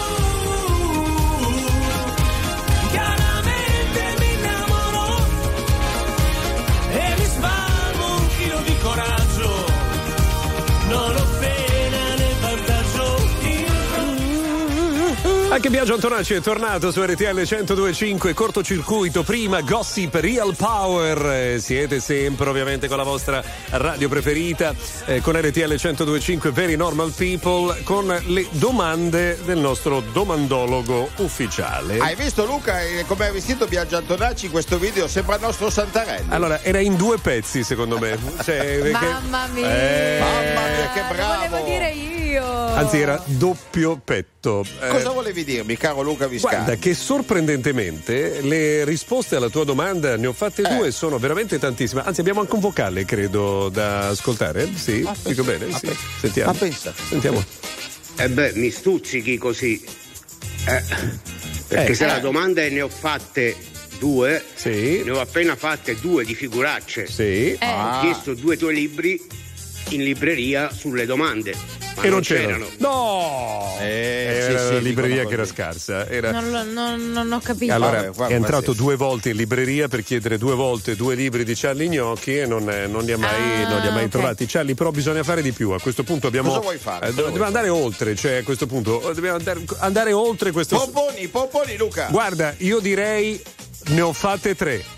chiaramente mi innamoro e mi spalmo un chilo di coraggio, non ho pena né vantaggio. Anche Biagio Antonacci è tornato su RTL 102.5, cortocircuito, prima Gossip Real Power, siete sempre ovviamente con la vostra radio preferita, con RTL 102.5 Very Normal People, con le domande del nostro domandologo ufficiale. Hai visto Luca come ha vestito Biagio Antonacci in questo video? Sembra il nostro Santarelli. Allora, era in due pezzi secondo me. Mamma mia, mamma mia, che bravo! Lo volevo dire io. Anzi, era doppio petto. Cosa volevi dirmi, caro Luca Viscardi? Guarda che sorprendentemente le risposte alla tua domanda, ne ho fatte due, sono veramente tantissime. Anzi, abbiamo anche un vocale, credo, da ascoltare. Sì, dico bene? Sì. Sentiamo. Ma pensa. Sentiamo. Mi stuzzichi così. Perché se la domanda ne ho fatte due, sì, ne ho appena fatte due di figuracce. Sì. Ho chiesto 2 tuoi libri in libreria sulle domande. Ma e non c'erano. No! Era sì, la libreria che era scarsa. Era... Non ho capito. Allora, è entrato 2 volte in libreria per chiedere 2 volte 2 libri di Charlie Gnocchi e non li ha mai trovati. Charlie, però bisogna fare di più. A questo punto abbiamo. Cosa vuoi fare? Dobbiamo andare oltre, cioè a questo punto dobbiamo andare oltre questo. Pomponi, Luca! Guarda, io direi ne ho fatte 3.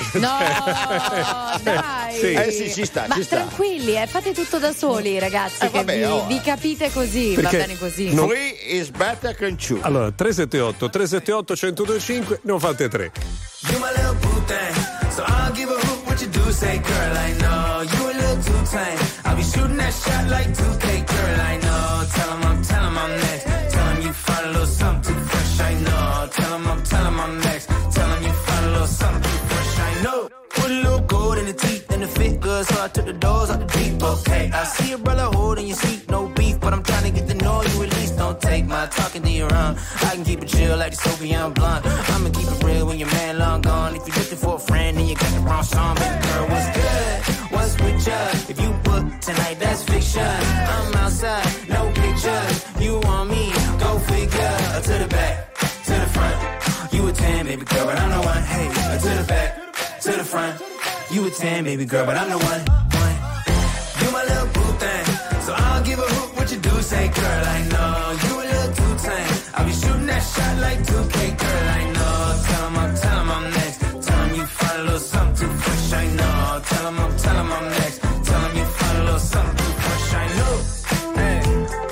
No, dai. Sì, ci sta, ma ci sta. tranquilli, fate tutto da soli, ragazzi, che vi capite così, Perché va bene così. Free is better than two. Allora, 378 1025, ne ho fatte 3. You my little boo thing, so I'll give a hoot what you do. Say, girl, I know you a little too tame. I'll be shooting that shot like 2K, girl, I know. Tell 'em I'm next. Tell 'em you find a little something too fresh, I know. Tell 'em I'm next. Tell 'em you find a little something too fresh, I know. Put a little gold in the teeth and the fit good, so I took the doors out the deep, okay. I see your brother holding your seat, no beef, but I'm trying to get to know you at least. Don't take my talking to your own. I can keep it chill like the Soviet blunt. I'ma keep it real when your man long gone. If you're looking for a friend and you got the wrong song, baby girl, what's good? What's with ya? If you book tonight, that's fiction. I'm outside, no pictures. You want me? Go figure. To the back, to the front. You a 10, baby girl, but I'm the one. Hey, to the back, to the front. You a 10, baby girl, but I'm the one. You my little boo thing, so I'll give a hoot what you do. Say, girl, I know you a little too tame. I'll be shooting that shot like 2K, girl, I know. Tell 'em I'm next. Tell 'em you find a little something too fresh, I know. Tell 'em I'm next. Tell 'em you find a little something too fresh, I know. Hey,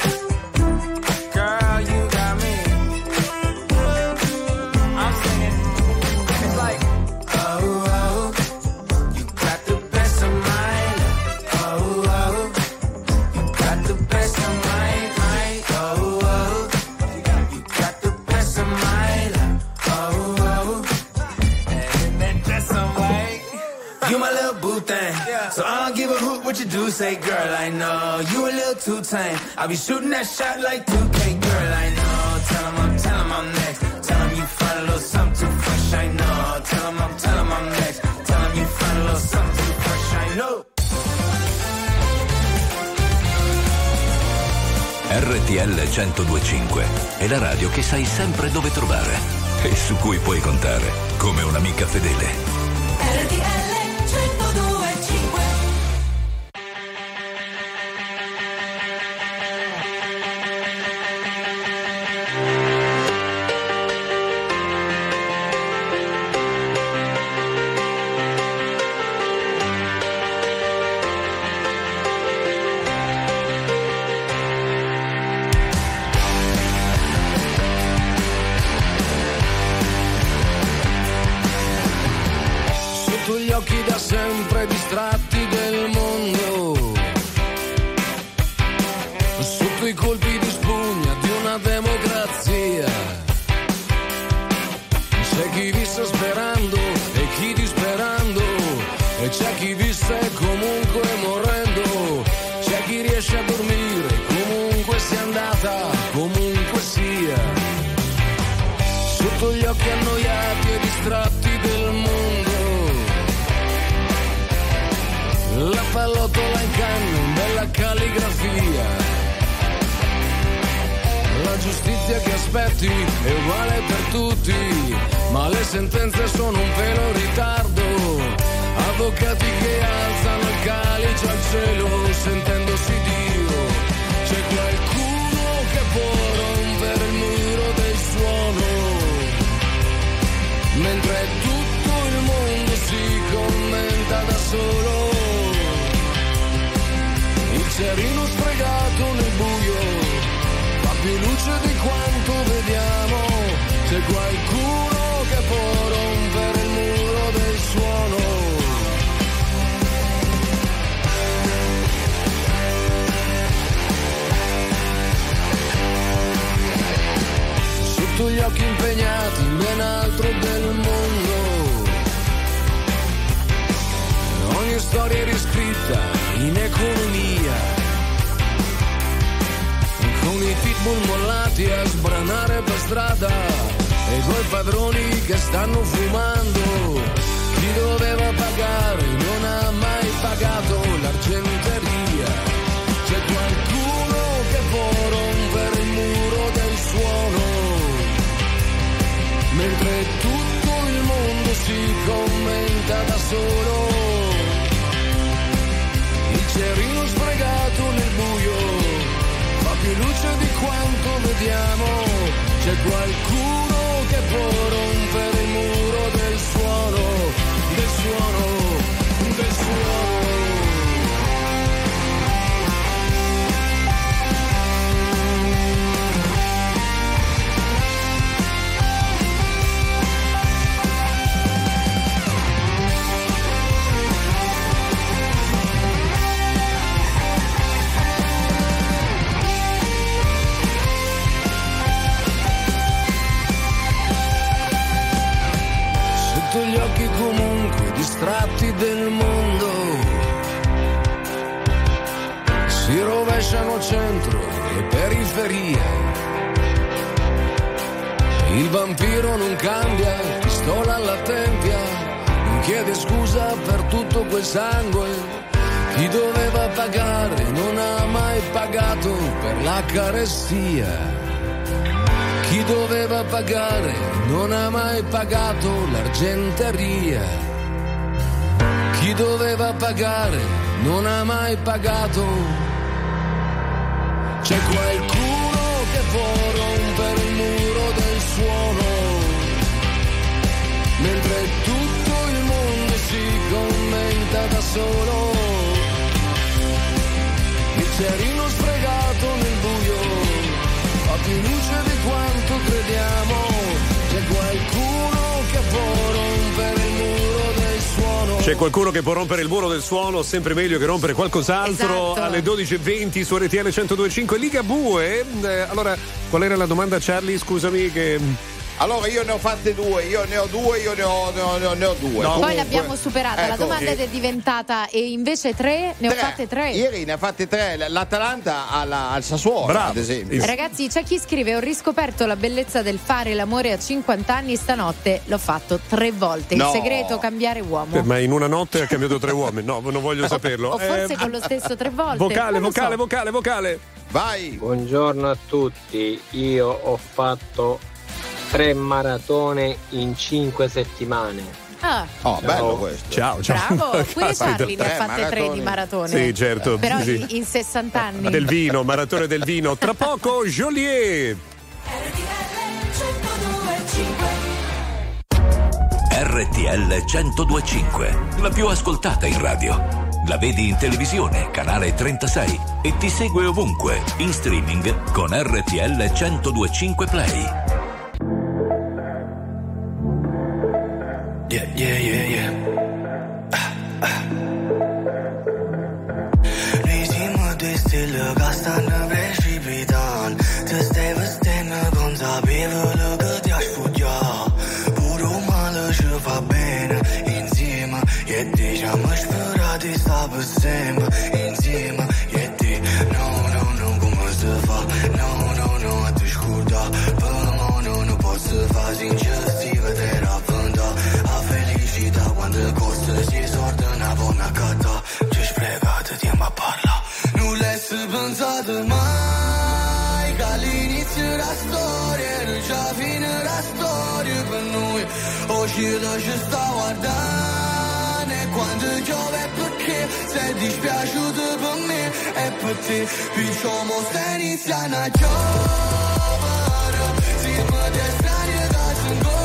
girl, you got me. I'm singing. It's like, oh, you got the best of mine. Oh, you got the best of mine. Oh, you got the best of mine. Oh, and that's some way. You my little boo thing, so I don't give a hoot what you do. Say, girl, I know you a little too tame. I'll be shooting that shot like 2K, girl, I know. Tell 'em I'm next. Tell 'em you find a little something too fresh, I know. Tell 'em I'm next. Tell 'em you find a little something too fresh, I know. RTL 1025 è la radio che sai sempre dove trovare e su cui puoi contare come un'amica fedele. RTL 1025. Gli occhi da sempre distratti del mondo, sotto i colpi di spugna di una democrazia. C'è chi visse sperando e chi disperando, e c'è chi visse comunque morendo. C'è chi riesce a dormire comunque sia andata, comunque sia. Sotto gli occhi annoiati e distratti del mondo, la pallottola in canna in bella calligrafia. La giustizia che aspetti è uguale per tutti, ma le sentenze sono un pelo in ritardo. Avvocati che alzano il calice al cielo sentendosi Dio. C'è qualcuno che può rompere il muro del suono, mentre tutto il mondo si commenta da solo. Il cerino sfregato nel buio fa più luce di quanto vediamo. C'è qualcuno che può rompere il muro del suono. Sotto gli occhi impegnati in ben altro del mondo, ogni storia è riscritta in economia, con i pitbull mollati a sbranare per strada e coi padroni che stanno fumando. Chi doveva pagare non ha mai pagato l'argenteria. C'è qualcuno che può rompere il muro del suono, mentre tutto il mondo si commenta da solo. Il cerino sfregato nel buio fa più luce di quanto vediamo. C'è qualcuno che può rompere il muro del suono, del suono. comunque distratti del mondo. Si rovesciano centro e periferia. Il vampiro non cambia, pistola alla tempia, non chiede scusa per tutto quel sangue. Chi doveva pagare non ha mai pagato per la carestia. Chi doveva pagare non ha mai pagato l'argenteria. Chi doveva pagare non ha mai pagato. C'è qualcuno che può rompere il muro del suono, mentre tutto il mondo si commenta da solo. Il cerino sfregato nel buio fa più luce di quanto crediamo. C'è qualcuno che può rompere il muro del suono. C'è qualcuno che può rompere il muro del suono, sempre meglio che rompere qualcos'altro. Esatto. Alle 12.20 su RTL 102.5 Ligabue. Allora, qual era la domanda, Charlie? Scusami che... Allora io ne ho fatte due, io ne ho due. No. Poi l'abbiamo superata, la domanda è diventata e invece ne ho fatte tre. Ieri ne ha fatte tre, l'Atalanta al Sassuolo, bravo, ad esempio. Ragazzi, c'è chi scrive: ho riscoperto la bellezza del fare l'amore a 50 anni, stanotte l'ho fatto 3 volte. Il segreto, cambiare uomo. Ma in una notte ha cambiato 3 uomini? No, non voglio saperlo. O forse con lo stesso 3 volte. Vocale. Vai. Buongiorno a tutti, io ho fatto 3 maratone in 5 settimane. Oh, bello questo. Ciao. Bravo, pure Charlie ne ha fatte 3 di maratone. Sì, certo. Però sì. in 60 anni. Del vino, maratone del vino. Tra poco Joliet. RTL 102.5, la più ascoltata in radio. La vedi in televisione, canale 36 e ti segue ovunque, in streaming con RTL 102.5 Play. Yeah. Risiamo di stile che stanno precipitando. Ti stai vestendo consapevole che ti hai sfuggiato. Pure male ci fa bene insieme. E diciamo sperati sta per sempre insieme. E ti no, come si fa? No, a te scorda. Per me non posso fare sincero, vedere quando costa si sorda una buona cata. Ci spregate tempo a parla. Non l'hai pensato mai che all'inizio la storia era già fine la storia per noi. Oggi ci sta guardando e quando piove perché sei dispiaciuto per me e per te. Diciamo stai iniziando a giovare, siamo dei strani da singolo.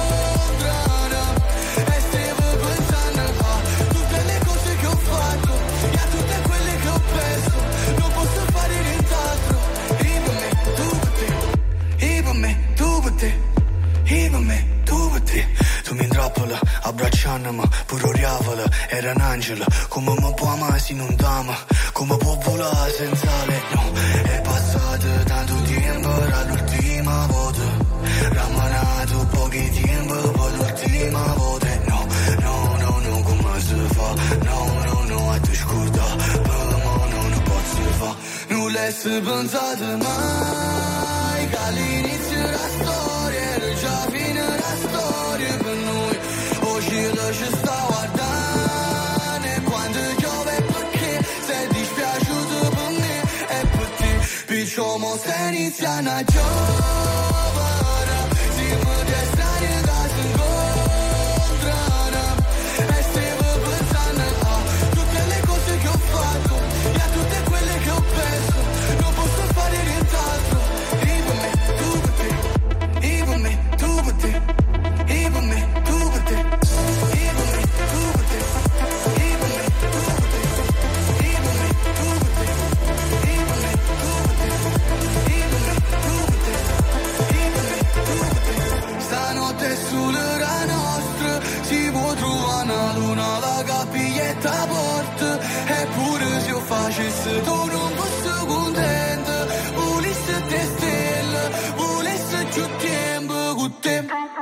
Tu mi intrappola, abbracciandomi, pure oriavola, era un angelo, come mi può amare se non t'ama, come può volare senza lei, no, è passato tanto tempo, era l'ultima volta, rammanato pochi tempo, poi l'ultima volta, no, come si fa, no, a te scorda, per me non posso fa, non l'hai pensato mai, che all'inizio la storia era già fine la storia per noi, oggi ci sta guardando e quando piove perché sei dispiaciuto per me e per te, diciamo stai iniziando a giovare, siamo dei strani da si incontrano e stiamo pensando a tutte le cose che ho fatto e a tutte quelle che ho perso, non posso fare nient'altro, io per me, tu per te, io per me, tu per te, io per me, tu per te, io per me, tu per te, io per me, tu per te, io per me, tu per te, io per me, tu per te, io per me, tu per te, io per me, tu per te. Stanotte sulla nostra si può trovare una luna la capiglietta porta, eppure se io facessi tu non fossi contento, volessi te stelle, volessi più tempo con te.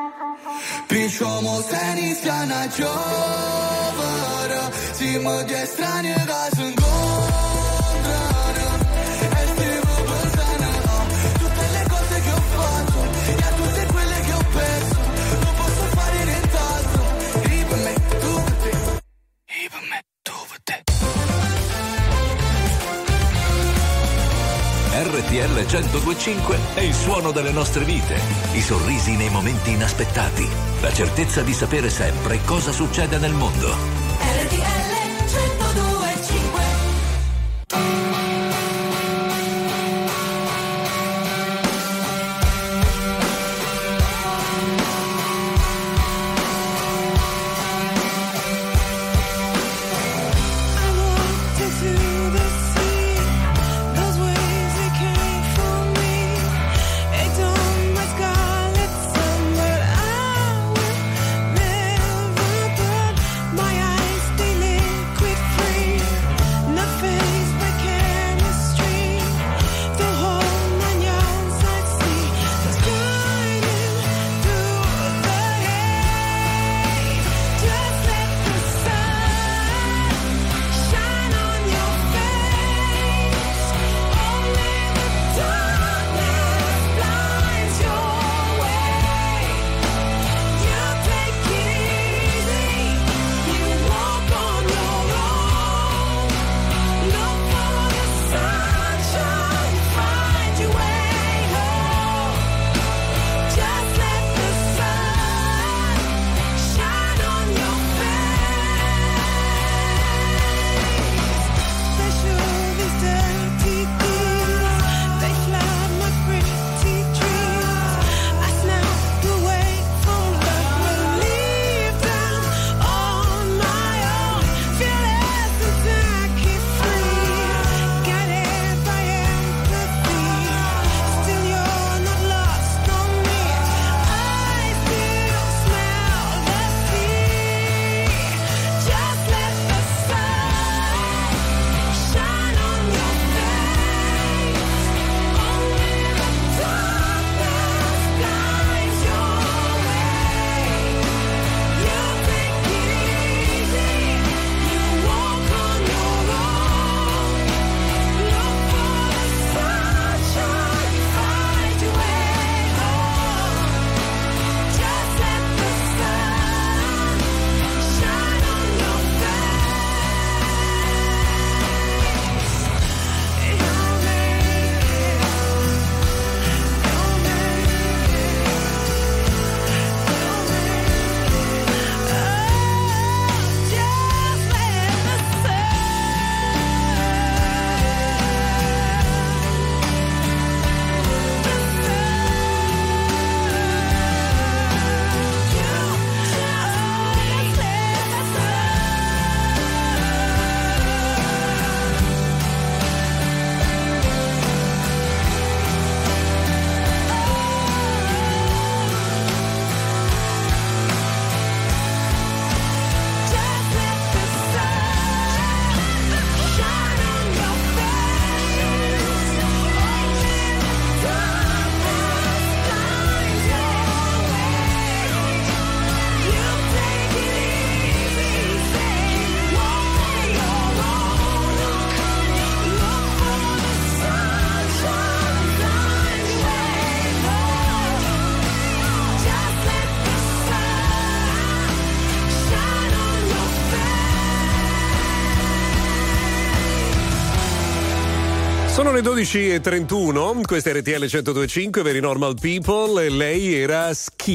Picciamo se inizia a giovere, siamo di estranei che si incontrano e stiamo pensando a tutte le cose che ho fatto e a tutte quelle che ho perso. Non posso fare nient'altro. Io per me, tu per te. Io per me, tu per te. RTL 102.5 è il suono delle nostre vite, i sorrisi nei momenti inaspettati, la certezza di sapere sempre cosa succede nel mondo. RTL 102.5. Sono le 12.31, questa è RTL 102.5, Very Normal People, e lei era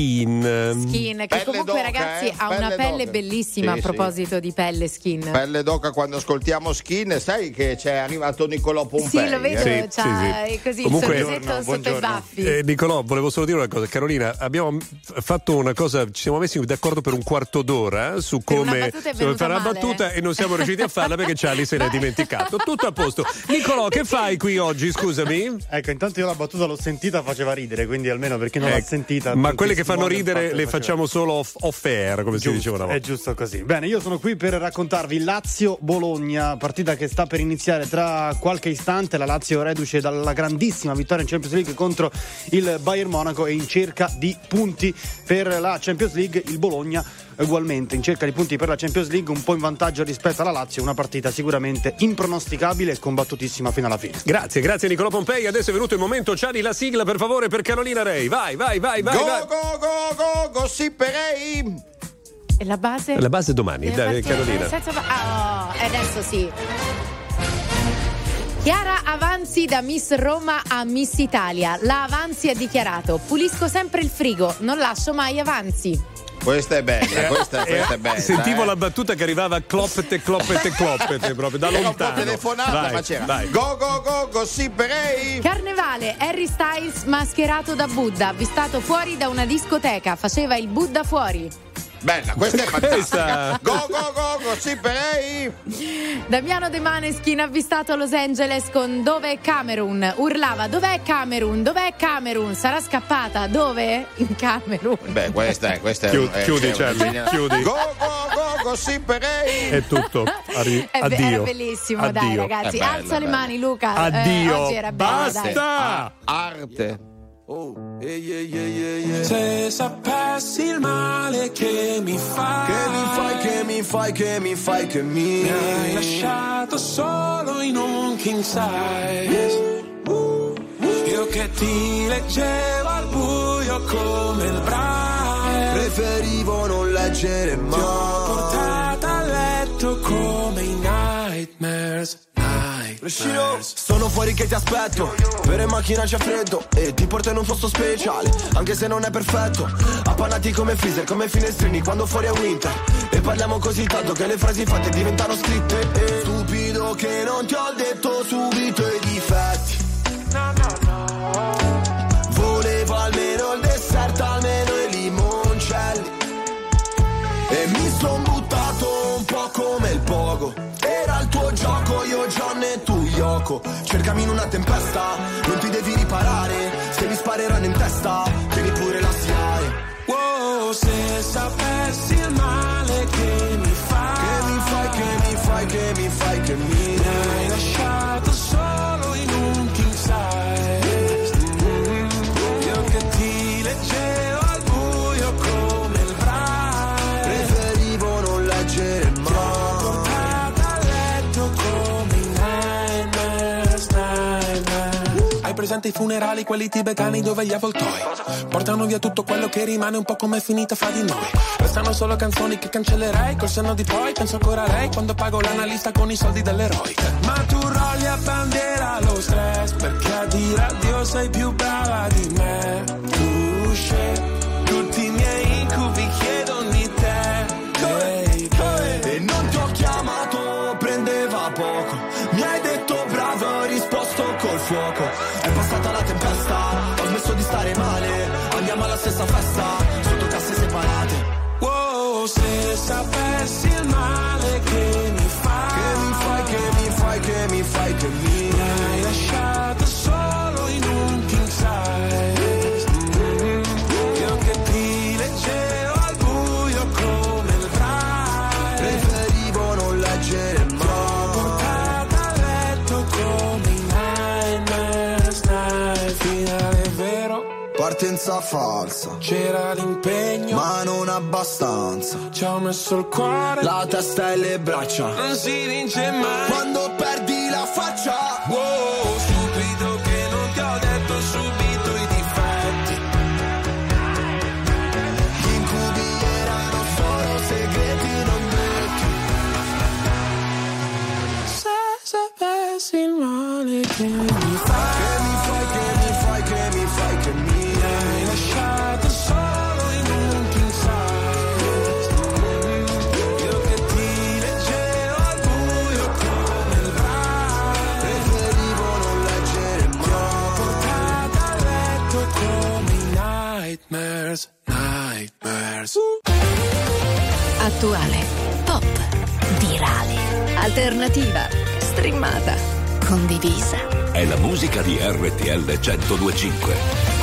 Skin. Skin, che Pelle comunque d'oca, ragazzi ha pelle una pelle d'oca. bellissima, Sì, a proposito di pelle, Skin. Pelle d'oca quando ascoltiamo Skin, sai che c'è arrivato Nicolò Pompei. Sì, lo vedo, Sì, c'ha sì. così Comunque, il sorrisetto sotto i baffi. Nicolò, volevo solo dire una cosa. Carolina, abbiamo fatto una cosa, ci siamo messi d'accordo per un quarto d'ora su Per una come battuta è venuta fare una male. battuta e non siamo riusciti a farla perché Charlie se l'è dimenticato. Tutto a posto. Nicolò, che fai fai qui oggi, scusami? Ecco, intanto io la battuta l'ho sentita, faceva ridere, quindi almeno per chi non l'ha sentita. Ma quelle che fanno ridere le facciamo solo off air, come si diceva una volta. È giusto così. Bene, io sono qui per raccontarvi Lazio-Bologna, partita che sta per iniziare tra qualche istante. La Lazio reduce dalla grandissima vittoria in Champions League contro il Bayern Monaco e in cerca di punti per la Champions League. Il Bologna ugualmente in cerca di punti per la Champions League, un po' in vantaggio rispetto alla Lazio. Una partita sicuramente impronosticabile e combattutissima fino alla fine. Grazie Nicolò Pompei. Adesso è venuto il momento, Ciani, la sigla per favore per Carolina Rei. Vai. Go Gossiperei. E la base? La base domani, dai, Carolina. Adesso sì. Chiara Avanzi da Miss Roma a Miss Italia. La Avanzi ha dichiarato: pulisco sempre il frigo, non lascio mai avanzi. Questa è bella, questa è bella. Sentivo la battuta che arrivava cloppete proprio da lontano. Era un po' telefonata, ma c'era. Vai. Go Gossiperei. Carnevale, Harry Styles mascherato da Buddha, avvistato fuori da una discoteca, faceva il Buddha fuori. Bella, questa è fantastica. Go Gossiperei. Damiano De Maneskin avvistato a Los Angeles con Dov'è Camerun? Urlava: dov'è Camerun? Dov'è Camerun? Sarà scappata? Dove? In Camerun. Beh, questa è chiudi, chiudi. Go Gossiperei. È tutto. Addio. Era bellissimo, addio. Dai ragazzi, alza le mani Luca. Addio. Oggi era bello, basta. Dai. Arte. Se sapessi il male che mi fai, che mi hai lasciato solo in un king size. Io che ti leggevo al buio come il Braille, preferivo non leggere mai. Ti ho portata a letto come i nightmares. Sono fuori che ti aspetto, per in macchina c'è freddo e ti porto in un posto speciale, anche se non è perfetto. Appannati come freezer, come finestrini quando fuori è winter. E parliamo così tanto che le frasi fatte diventano scritte. Stupido che non ti ho detto subito i difetti. Volevo almeno il dessert, almeno i limoncelli. E mi son buttato un po' come il pogo. Era il tuo gioco, io John e tu Yoko. Cercami in una tempesta, non ti devi riparare. Se mi spareranno in testa, tieni pure la SIAE. Wow, se sapessi il male che mi fai, che mi hai lasciato solo in un king size. Io che ti leggevo al buio come il Braille, preferivo non leggere mai. Presente i funerali, quelli tibetani dove gli avvoltoi portano via tutto quello che rimane, un po' come è finita fra di noi. Restano solo canzoni che cancellerei, col senno di poi penso ancora a lei quando pago l'analista con i soldi dell'eroe. Ma tu rolli a bandiera lo stress, perché a dire addio sei più brava di me. Tu scegli tutti i miei incubi, chiedono di te. E non ti ho chiamato, prendeva poco. Mi hai detto bravo, ho risposto col fuoco. È passata la tempesta, ho smesso di stare male. Andiamo alla stessa festa, sotto casse separate. Wow, se sapessi il male che mi fai, che mi hai lasciato solo in un king size. Io che ti leggevo al buio come il Braille, preferivo non leggere mai. portata a letto come i nightmares. Finale vero, partenza falsa. C'era l'impegno, ma non abbastanza. Ci ho messo il cuore, la testa e le braccia. Non si vince mai quando perdi la faccia. Wow, stupido che non ti ho detto subito i difetti. Gli incubi erano solo segreti non detti. Se sapessi il male che mi fai, che mi hai lasciato solo in un king size. Io che ti leggevo al buio come il Braille, preferivo non leggere mai. Ti ho portata a letto come i nightmares. Attuale, pop, virale, alternativa, streamata, condivisa. è la musica di RTL 102.5.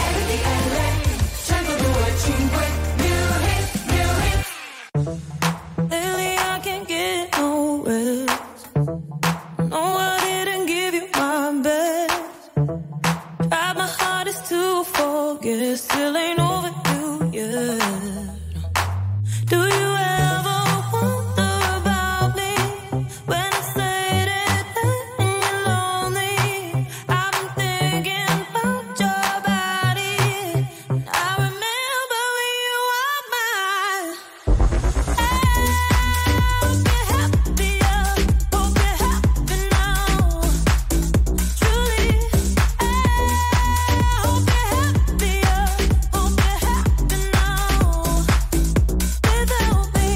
Lately I can't get no rest. No, I didn't give you my best. Tried my hardest to forget, still ain't over you yet. Do you ever wonder about me when it's late at night and you're lonely? I've been thinking about your body. I remember when you were mine. Hope you're happier, hope you're happy now. Truly, hope you're happier, hope you're happy now. Without me,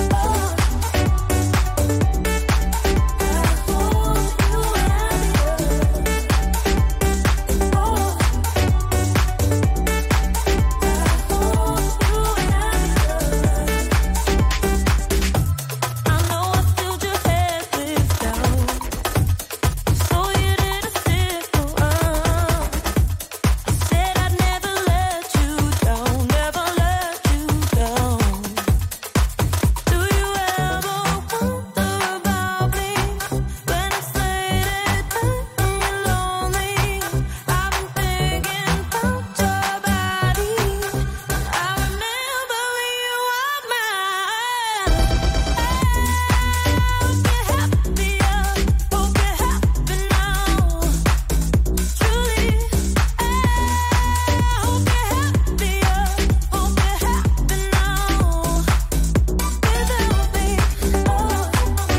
I know I filled your head with doubt, so you didn't stick around. I said I'd never let you down, never let you down. Do you ever wonder about me when it's late at night and you're lonely? I've been thinking about your body. I remember when you were mine. Hope you're happier, hope you're happy now. Truly, hope you're happier, hope you're happy now. Without me,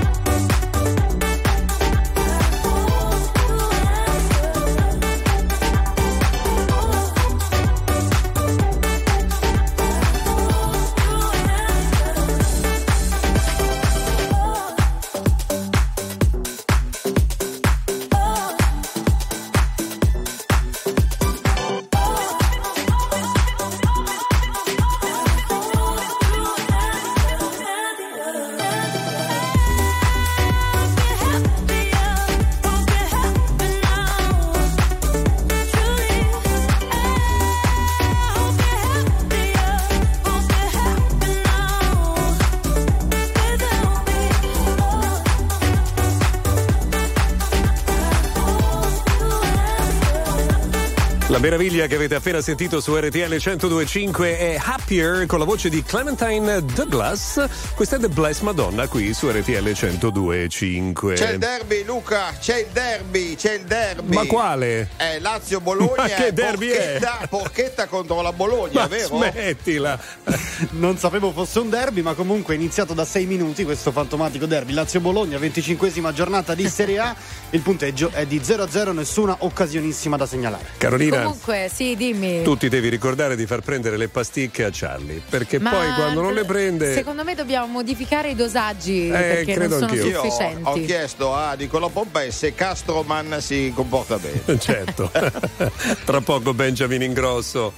La meraviglia che avete appena sentito su RTL 102.5 è Happier con la voce di Clementine Douglas. Questa è The Blessed Madonna qui su RTL 102.5. C'è il derby, Luca, c'è il derby. Ma quale? Lazio-Bologna. Ma che derby è? Porchetta contro la Bologna, Ma vero? smettila. Non sapevo fosse un derby, ma comunque è iniziato da 6 minuti questo fantomatico derby. Lazio-Bologna, 25esima giornata di Serie A. Il punteggio è di 0-0, nessuna occasionissima da segnalare. Carolina, Comunque, sì, dimmi. tu ti devi ricordare di far prendere le pasticche a Charlie, perché Ma poi quando non le prende... Secondo me dobbiamo modificare i dosaggi perché non sono anch'io. sufficienti. Io ho chiesto a Nicolò Pompei se Castroman si comporta bene. Certo. Tra poco Benjamin Ingrosso.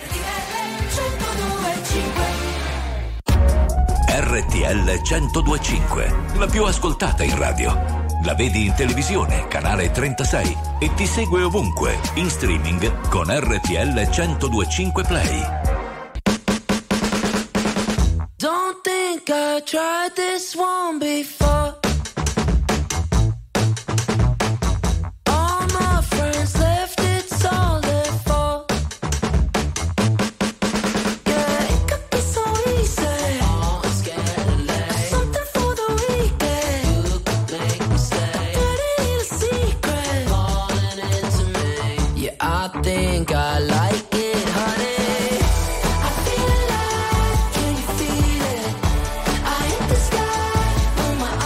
RTL 102.5, la più ascoltata in radio. La vedi in televisione, canale 36 e ti segue ovunque, in streaming con RTL 102.5 Play. Don't think I tried this one before. All my friends left, it's all their fault. Yeah, it could be so easy. Something for the weekend. You could make mistakes. Dirty little secret. Falling into me. Yeah, I think I like it, honey. I feel alive, can you feel it? I hit the sky, oh my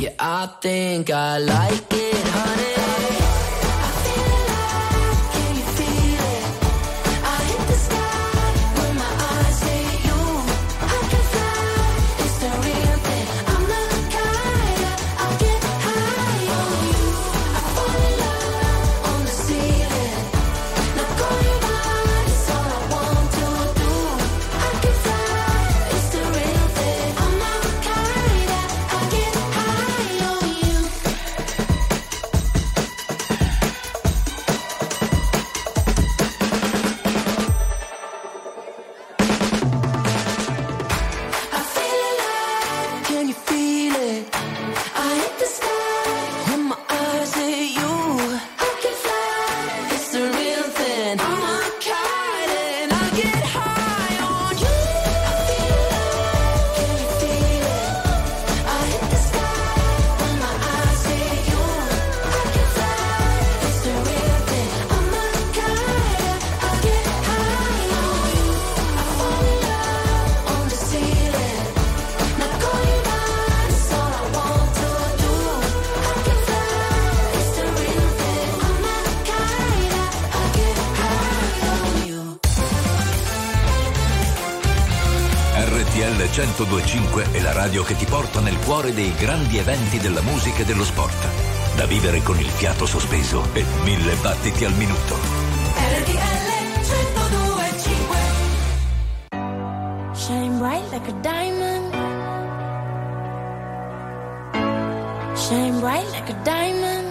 Yeah, I think I like it, honey. RTL 102.5 è la radio che ti porta nel cuore dei grandi eventi della musica e dello sport. Da vivere con il fiato sospeso e 1000 battiti al minuto. RTL 102.5. Shine bright like a diamond. Shine bright like a diamond.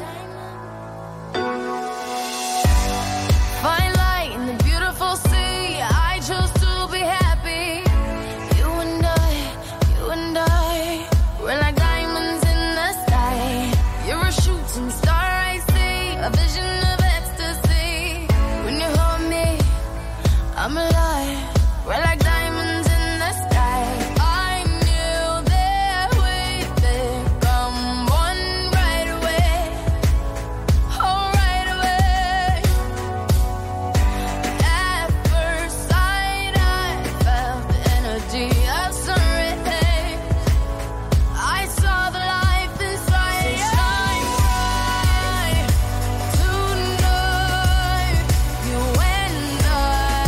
Fine light in the beautiful sea. I chose to be happy. You and I, we're like diamonds in the sky. You're a shooting star, I see, a vision of ecstasy. When you hold me, I'm alive. We're like diamonds in the sky. I knew that we'd become one right away. Oh, right away. At first sight, I felt the energy of sun rays. I saw the life inside you. Shine bright tonight. You and I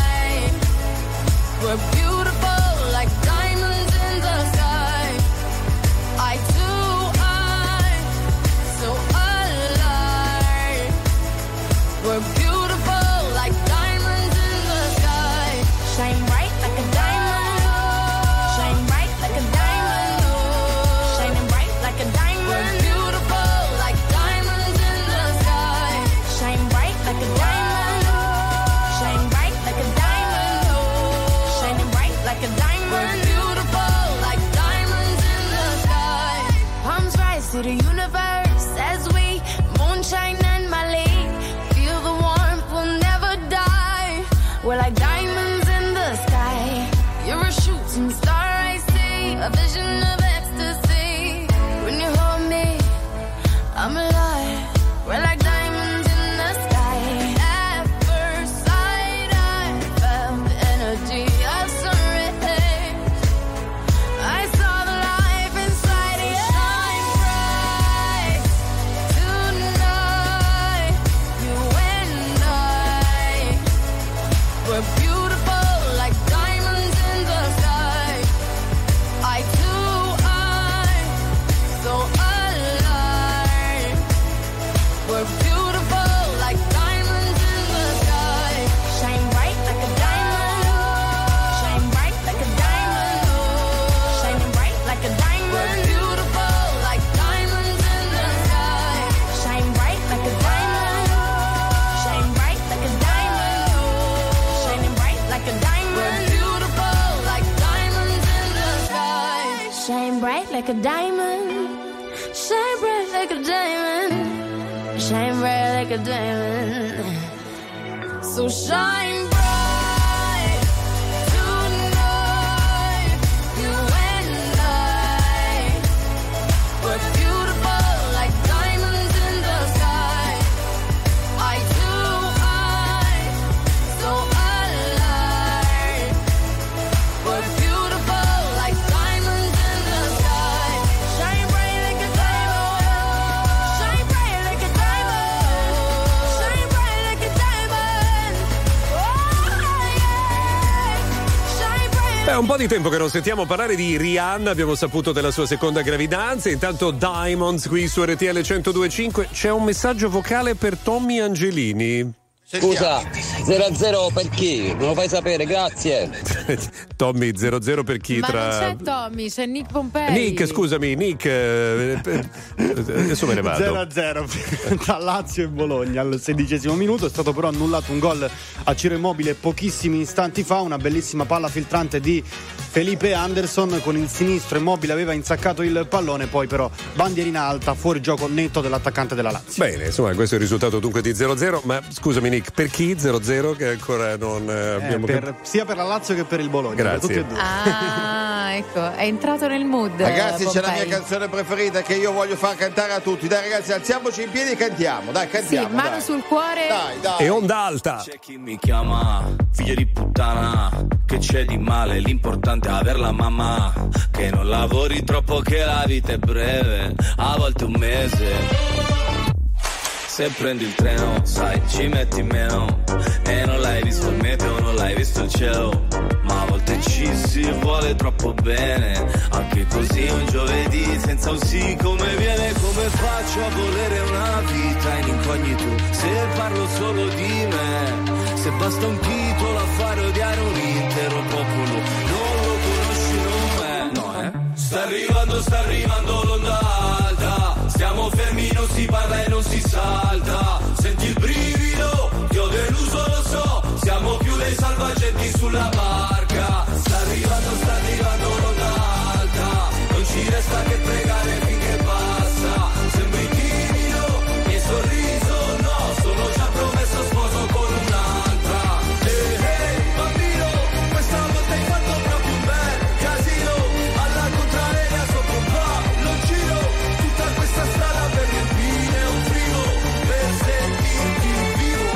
were beautiful like diamonds in the sky. Eye to eye, so alive. We're beautiful like diamonds in the sky. Shine bright like a diamond. Shine bright like a diamond. Shining bright like a diamond. We're beautiful like diamonds in the sky. Shine bright like a diamond. Shine bright like a diamond. Shining bright like a diamond. We're beautiful like diamonds in the sky. Palms rise to the universe as we moonshine and Malay. Feel the warmth, we'll never die. We're like diamonds in the sky. You're a shooting star, I see, a vision of ecstasy. When you hold me, I'm alive. We're like diamonds in the sky. At first sight, I felt the energy of sun rays. I saw the life inside you. Shine bright tonight. You and I were beautiful like diamonds in the sky. Eye to eye, so alive. We're beautiful like diamonds in the sky. Shine bright like a diamond. Shine bright like a diamond. Shining bright like a diamond. We're beautiful like diamonds in the sky. Shine bright like a diamond. Shine bright like a diamond. Shining bright like a diamond. We're beautiful like diamonds in the sky. Shine bright like a diamond. Shine bright like a diamond. Shine bright like a diamond. So shine bright tonight. You and I were beautiful like diamonds in the sky. Eye to eye, so alive. We're beautiful like diamonds in the sky. Shine bright like a diamond. un po' di tempo che non sentiamo parlare di Rihanna, abbiamo saputo della sua seconda gravidanza. Intanto Diamonds qui su RTL 102.5. C'è un messaggio vocale per Tommy Angelini. Scusa, 0-0 per chi? Non lo fai sapere, grazie. Tommy, 0-0 per chi? Ma tra... non c'è Tommy, c'è Nick Pompei. Nick, scusami, Nick. Adesso me ne vado. 0-0 tra Lazio e Bologna al 16° minuto. È stato però annullato un gol a Ciro Immobile pochissimi istanti fa. Una bellissima palla filtrante di Felipe Anderson. Con il sinistro Immobile aveva insaccato il pallone, poi però bandierina alta, fuori gioco netto dell'attaccante della Lazio. Bene, insomma, questo è il risultato dunque di 0-0. Ma scusami, Nick, per chi 0-0 che ancora non abbiamo sia per la Lazio che per il Bologna. Grazie. Tutti e due. Ah, ecco, è entrato nel mood. Ragazzi, Pompei. c'è la mia canzone preferita che io voglio far cantare a tutti. Dai ragazzi, alziamoci in piedi e cantiamo. Dai, cantiamo. Sì, mano dai. sul cuore. Dai. E onda alta. C'è chi mi chiama figlio di puttana, che c'è di male, l'importante è averla mamma, che non lavori troppo, che la vita è breve, a volte un mese. Se prendi il treno, sai, ci metti meno, e non l'hai visto il meteo, non l'hai visto il cielo, ma a volte ci si vuole troppo bene, anche così un giovedì senza un sì come viene. Come faccio a volere una vita in incognito se parlo solo di me, se basta un titolo a fare odiare un intero popolo, non lo conosci, non è? Sta arrivando l'onda alta, stiamo fermi, non si parla e non si salta, senti il brivido, ti ho deluso lo so, siamo più dei salvagenti sulla barca. Sta arrivando l'onda alta, non ci resta che pregare finché passa, sembri timido, mi sorriso, no, sono già promesso sposo con un'altra. Bambino, questa volta hai fatto proprio un bel casino, alla contraria sopra un po' lo giro, tutta questa strada per riempire un frigo, per sentirti vivo.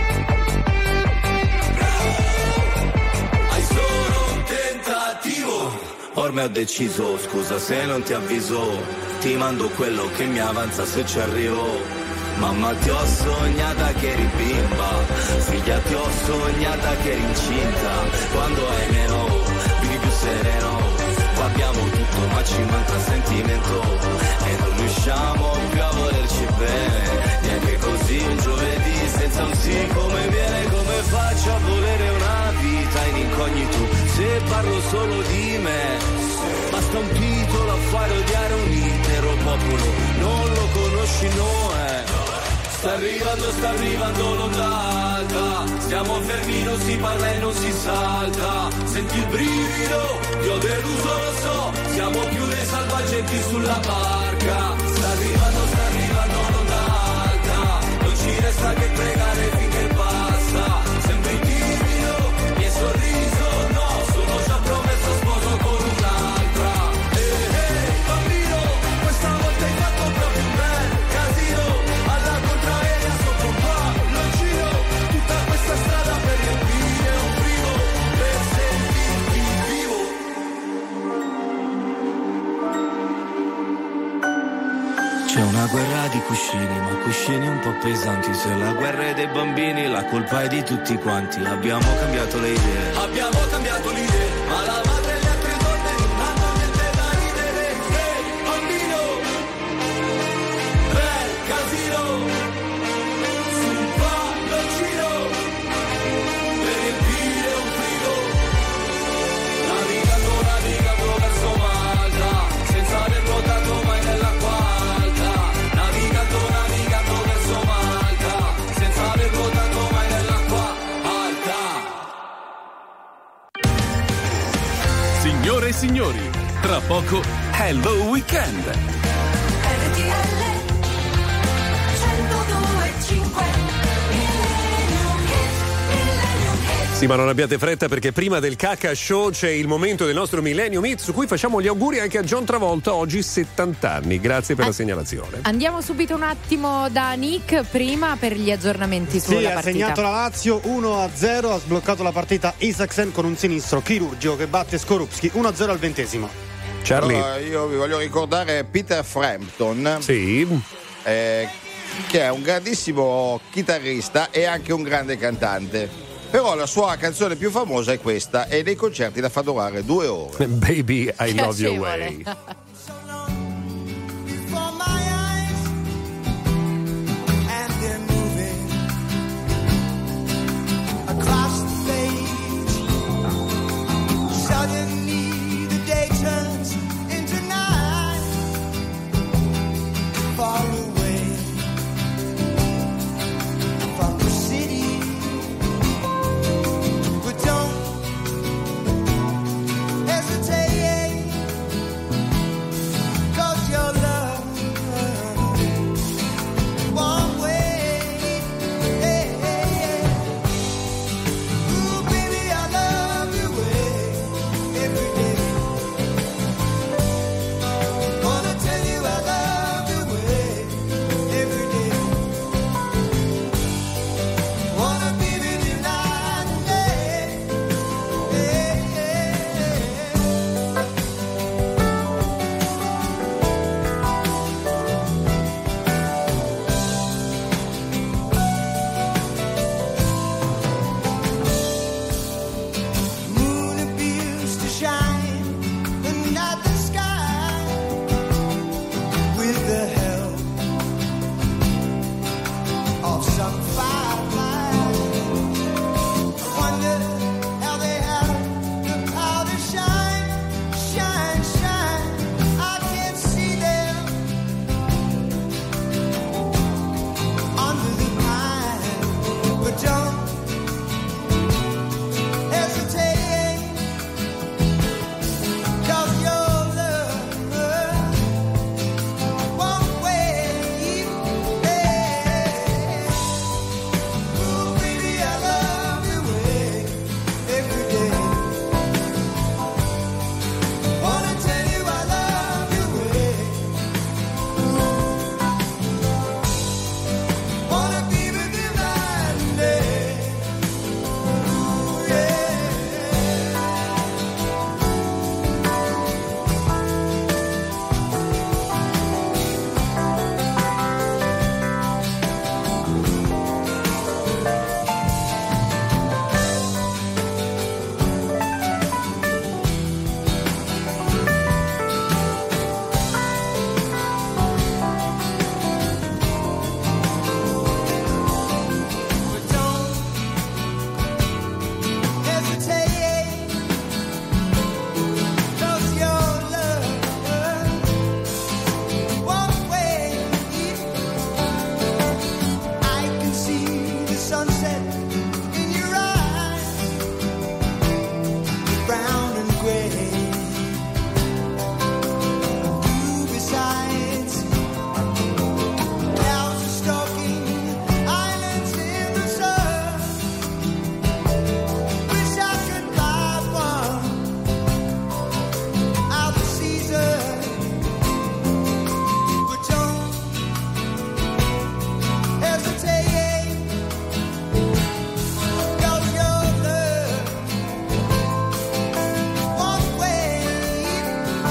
Hai solo un tentativo. Ormai ho deciso, scusa se non ti avviso, ti mando quello che mi avanza se ci arrivo. Mamma ti ho sognata che eri bimba, figlia ti ho sognata che eri incinta, quando hai meno, vivi più sereno, qua abbiamo tutto ma ci manca sentimento, e non riusciamo più a volerci bene, neanche così un giovedì senza un sì come viene. Come faccio a volere una vita in incognito se parlo solo di me, basta un titolo a fare odiare un intero popolo, non lo conosci, no è? Sta arrivando l'onda alta, stiamo fermi, non si parla e non si salta, senti il brivido, ti ho deluso lo so, siamo più dei salvagenti sulla barca. Sta arrivando l'onda alta, non ci resta che pregare finché passa, sembri timido, mi hai sorriso, no, sono già promesso sposo con un'altra. Bambino, questa volta hai fatto proprio un bel casino, alla contraria sopra un po' lo giro, tutta questa strada per riempire un frigo, per sentirti vivo. C'è una guerra di cuscini, ma cuscini un po' pesanti. Se la guerra è dei bambini, la colpa è di tutti quanti. Abbiamo cambiato le idee, ma la madre e le altre donne non hanno niente da ridere. Bambino, bel casino, sul palloncino, per riempire un frigo. Navigando verso Malta, senza aver nuotato mai nell'acqua alta. Navigando verso Malta, senza aver nuotato mai nell'acqua alta. Signore e signori, tra poco Hello Weekend. Sì, ma non abbiate fretta perché prima del Caca Show c'è il momento del nostro Millennium Hit su cui facciamo gli auguri anche a John Travolta, oggi 70 anni. Grazie per la segnalazione. Andiamo subito un attimo da Nick prima per gli aggiornamenti sulla partita. Sì, ha segnato la Lazio 1-0, ha sbloccato la partita Isaksen con un sinistro chirurgico che batte Skorupski 1-0 al 20°. Charlie. Allora, io vi voglio ricordare Peter Frampton. Sì. Che è un grandissimo chitarrista e anche un grande cantante. però la sua canzone più famosa è questa e nei concerti la fa durare 2 ore. Baby, I love your way. Before my eyes, and they're moving across the page. Suddenly the day turns into night, far away from the city. But don't hesitate, 'cause your love won't wait. Ooh, baby, I love you every day. Wanna tell you I love you every day. Wanna be with you night and day. Moon appears to shine at the sky with the help of some firefly. I wonder how they have the power to shine, shine, shine. I can't see them under the pine, but don't hesitate, 'cause your love won't wait. Ooh, baby, I love you every day. Wanna tell you I love you wanna be with you night and day. Ooh, yeah. But don't hesitate, 'cause your love won't wait. I can see the sunset in your eyes, brown and gray. You besides, clouds are stalking islands in the sun. Wish I could buy one out of season, but don't hesitate, 'cause your love won't wait.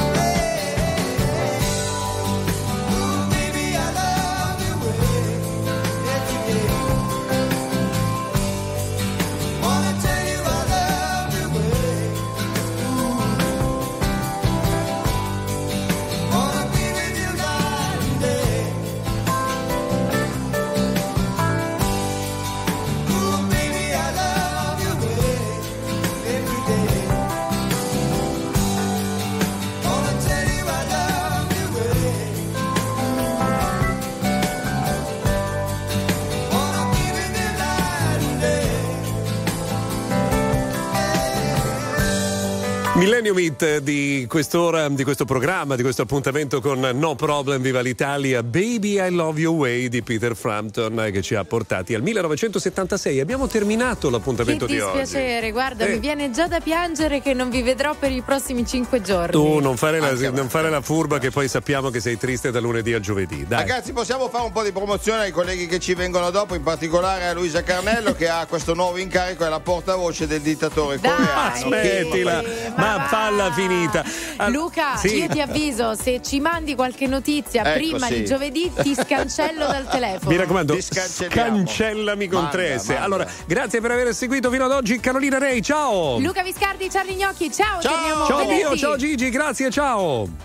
Ooh, baby, I love you every day. Wanna tell you I love you wanna be with you night and day. Ooh, baby, I love you every day. Wanna tell you I love you wanna be with you night and day. Millennium Hit di quest'ora, di questo programma, di questo appuntamento con No Problem, Viva l'Italia, Baby I Love Your Way di Peter Frampton, che ci ha portati al 1976. Abbiamo terminato l'appuntamento Che di oggi. dispiacere, guarda, mi viene già da piangere che non vi vedrò per i prossimi 5 giorni. Tu non fare la furba, che poi sappiamo che sei triste da lunedì a giovedì. Dai. Ragazzi, possiamo fare un po' di promozione ai colleghi che ci vengono dopo, in particolare a Luisa Carnello che ha questo nuovo incarico, è la portavoce del dittatore coreano. Smettila, ma palla finita. Luca, sì. io ti avviso, se ci mandi qualche notizia Ecco, prima sì. di giovedì ti scancello dal telefono. Mi raccomando, Ti scancelliamo. cancellami con Manda, 3 S. manda. Allora, grazie per aver seguito fino ad oggi Carolina Rei, ciao! Luca Viscardi, Charlie Gnocchi, ciao, torniamo Ciao venerdì. Dio, ciao Gigi, grazie, ciao!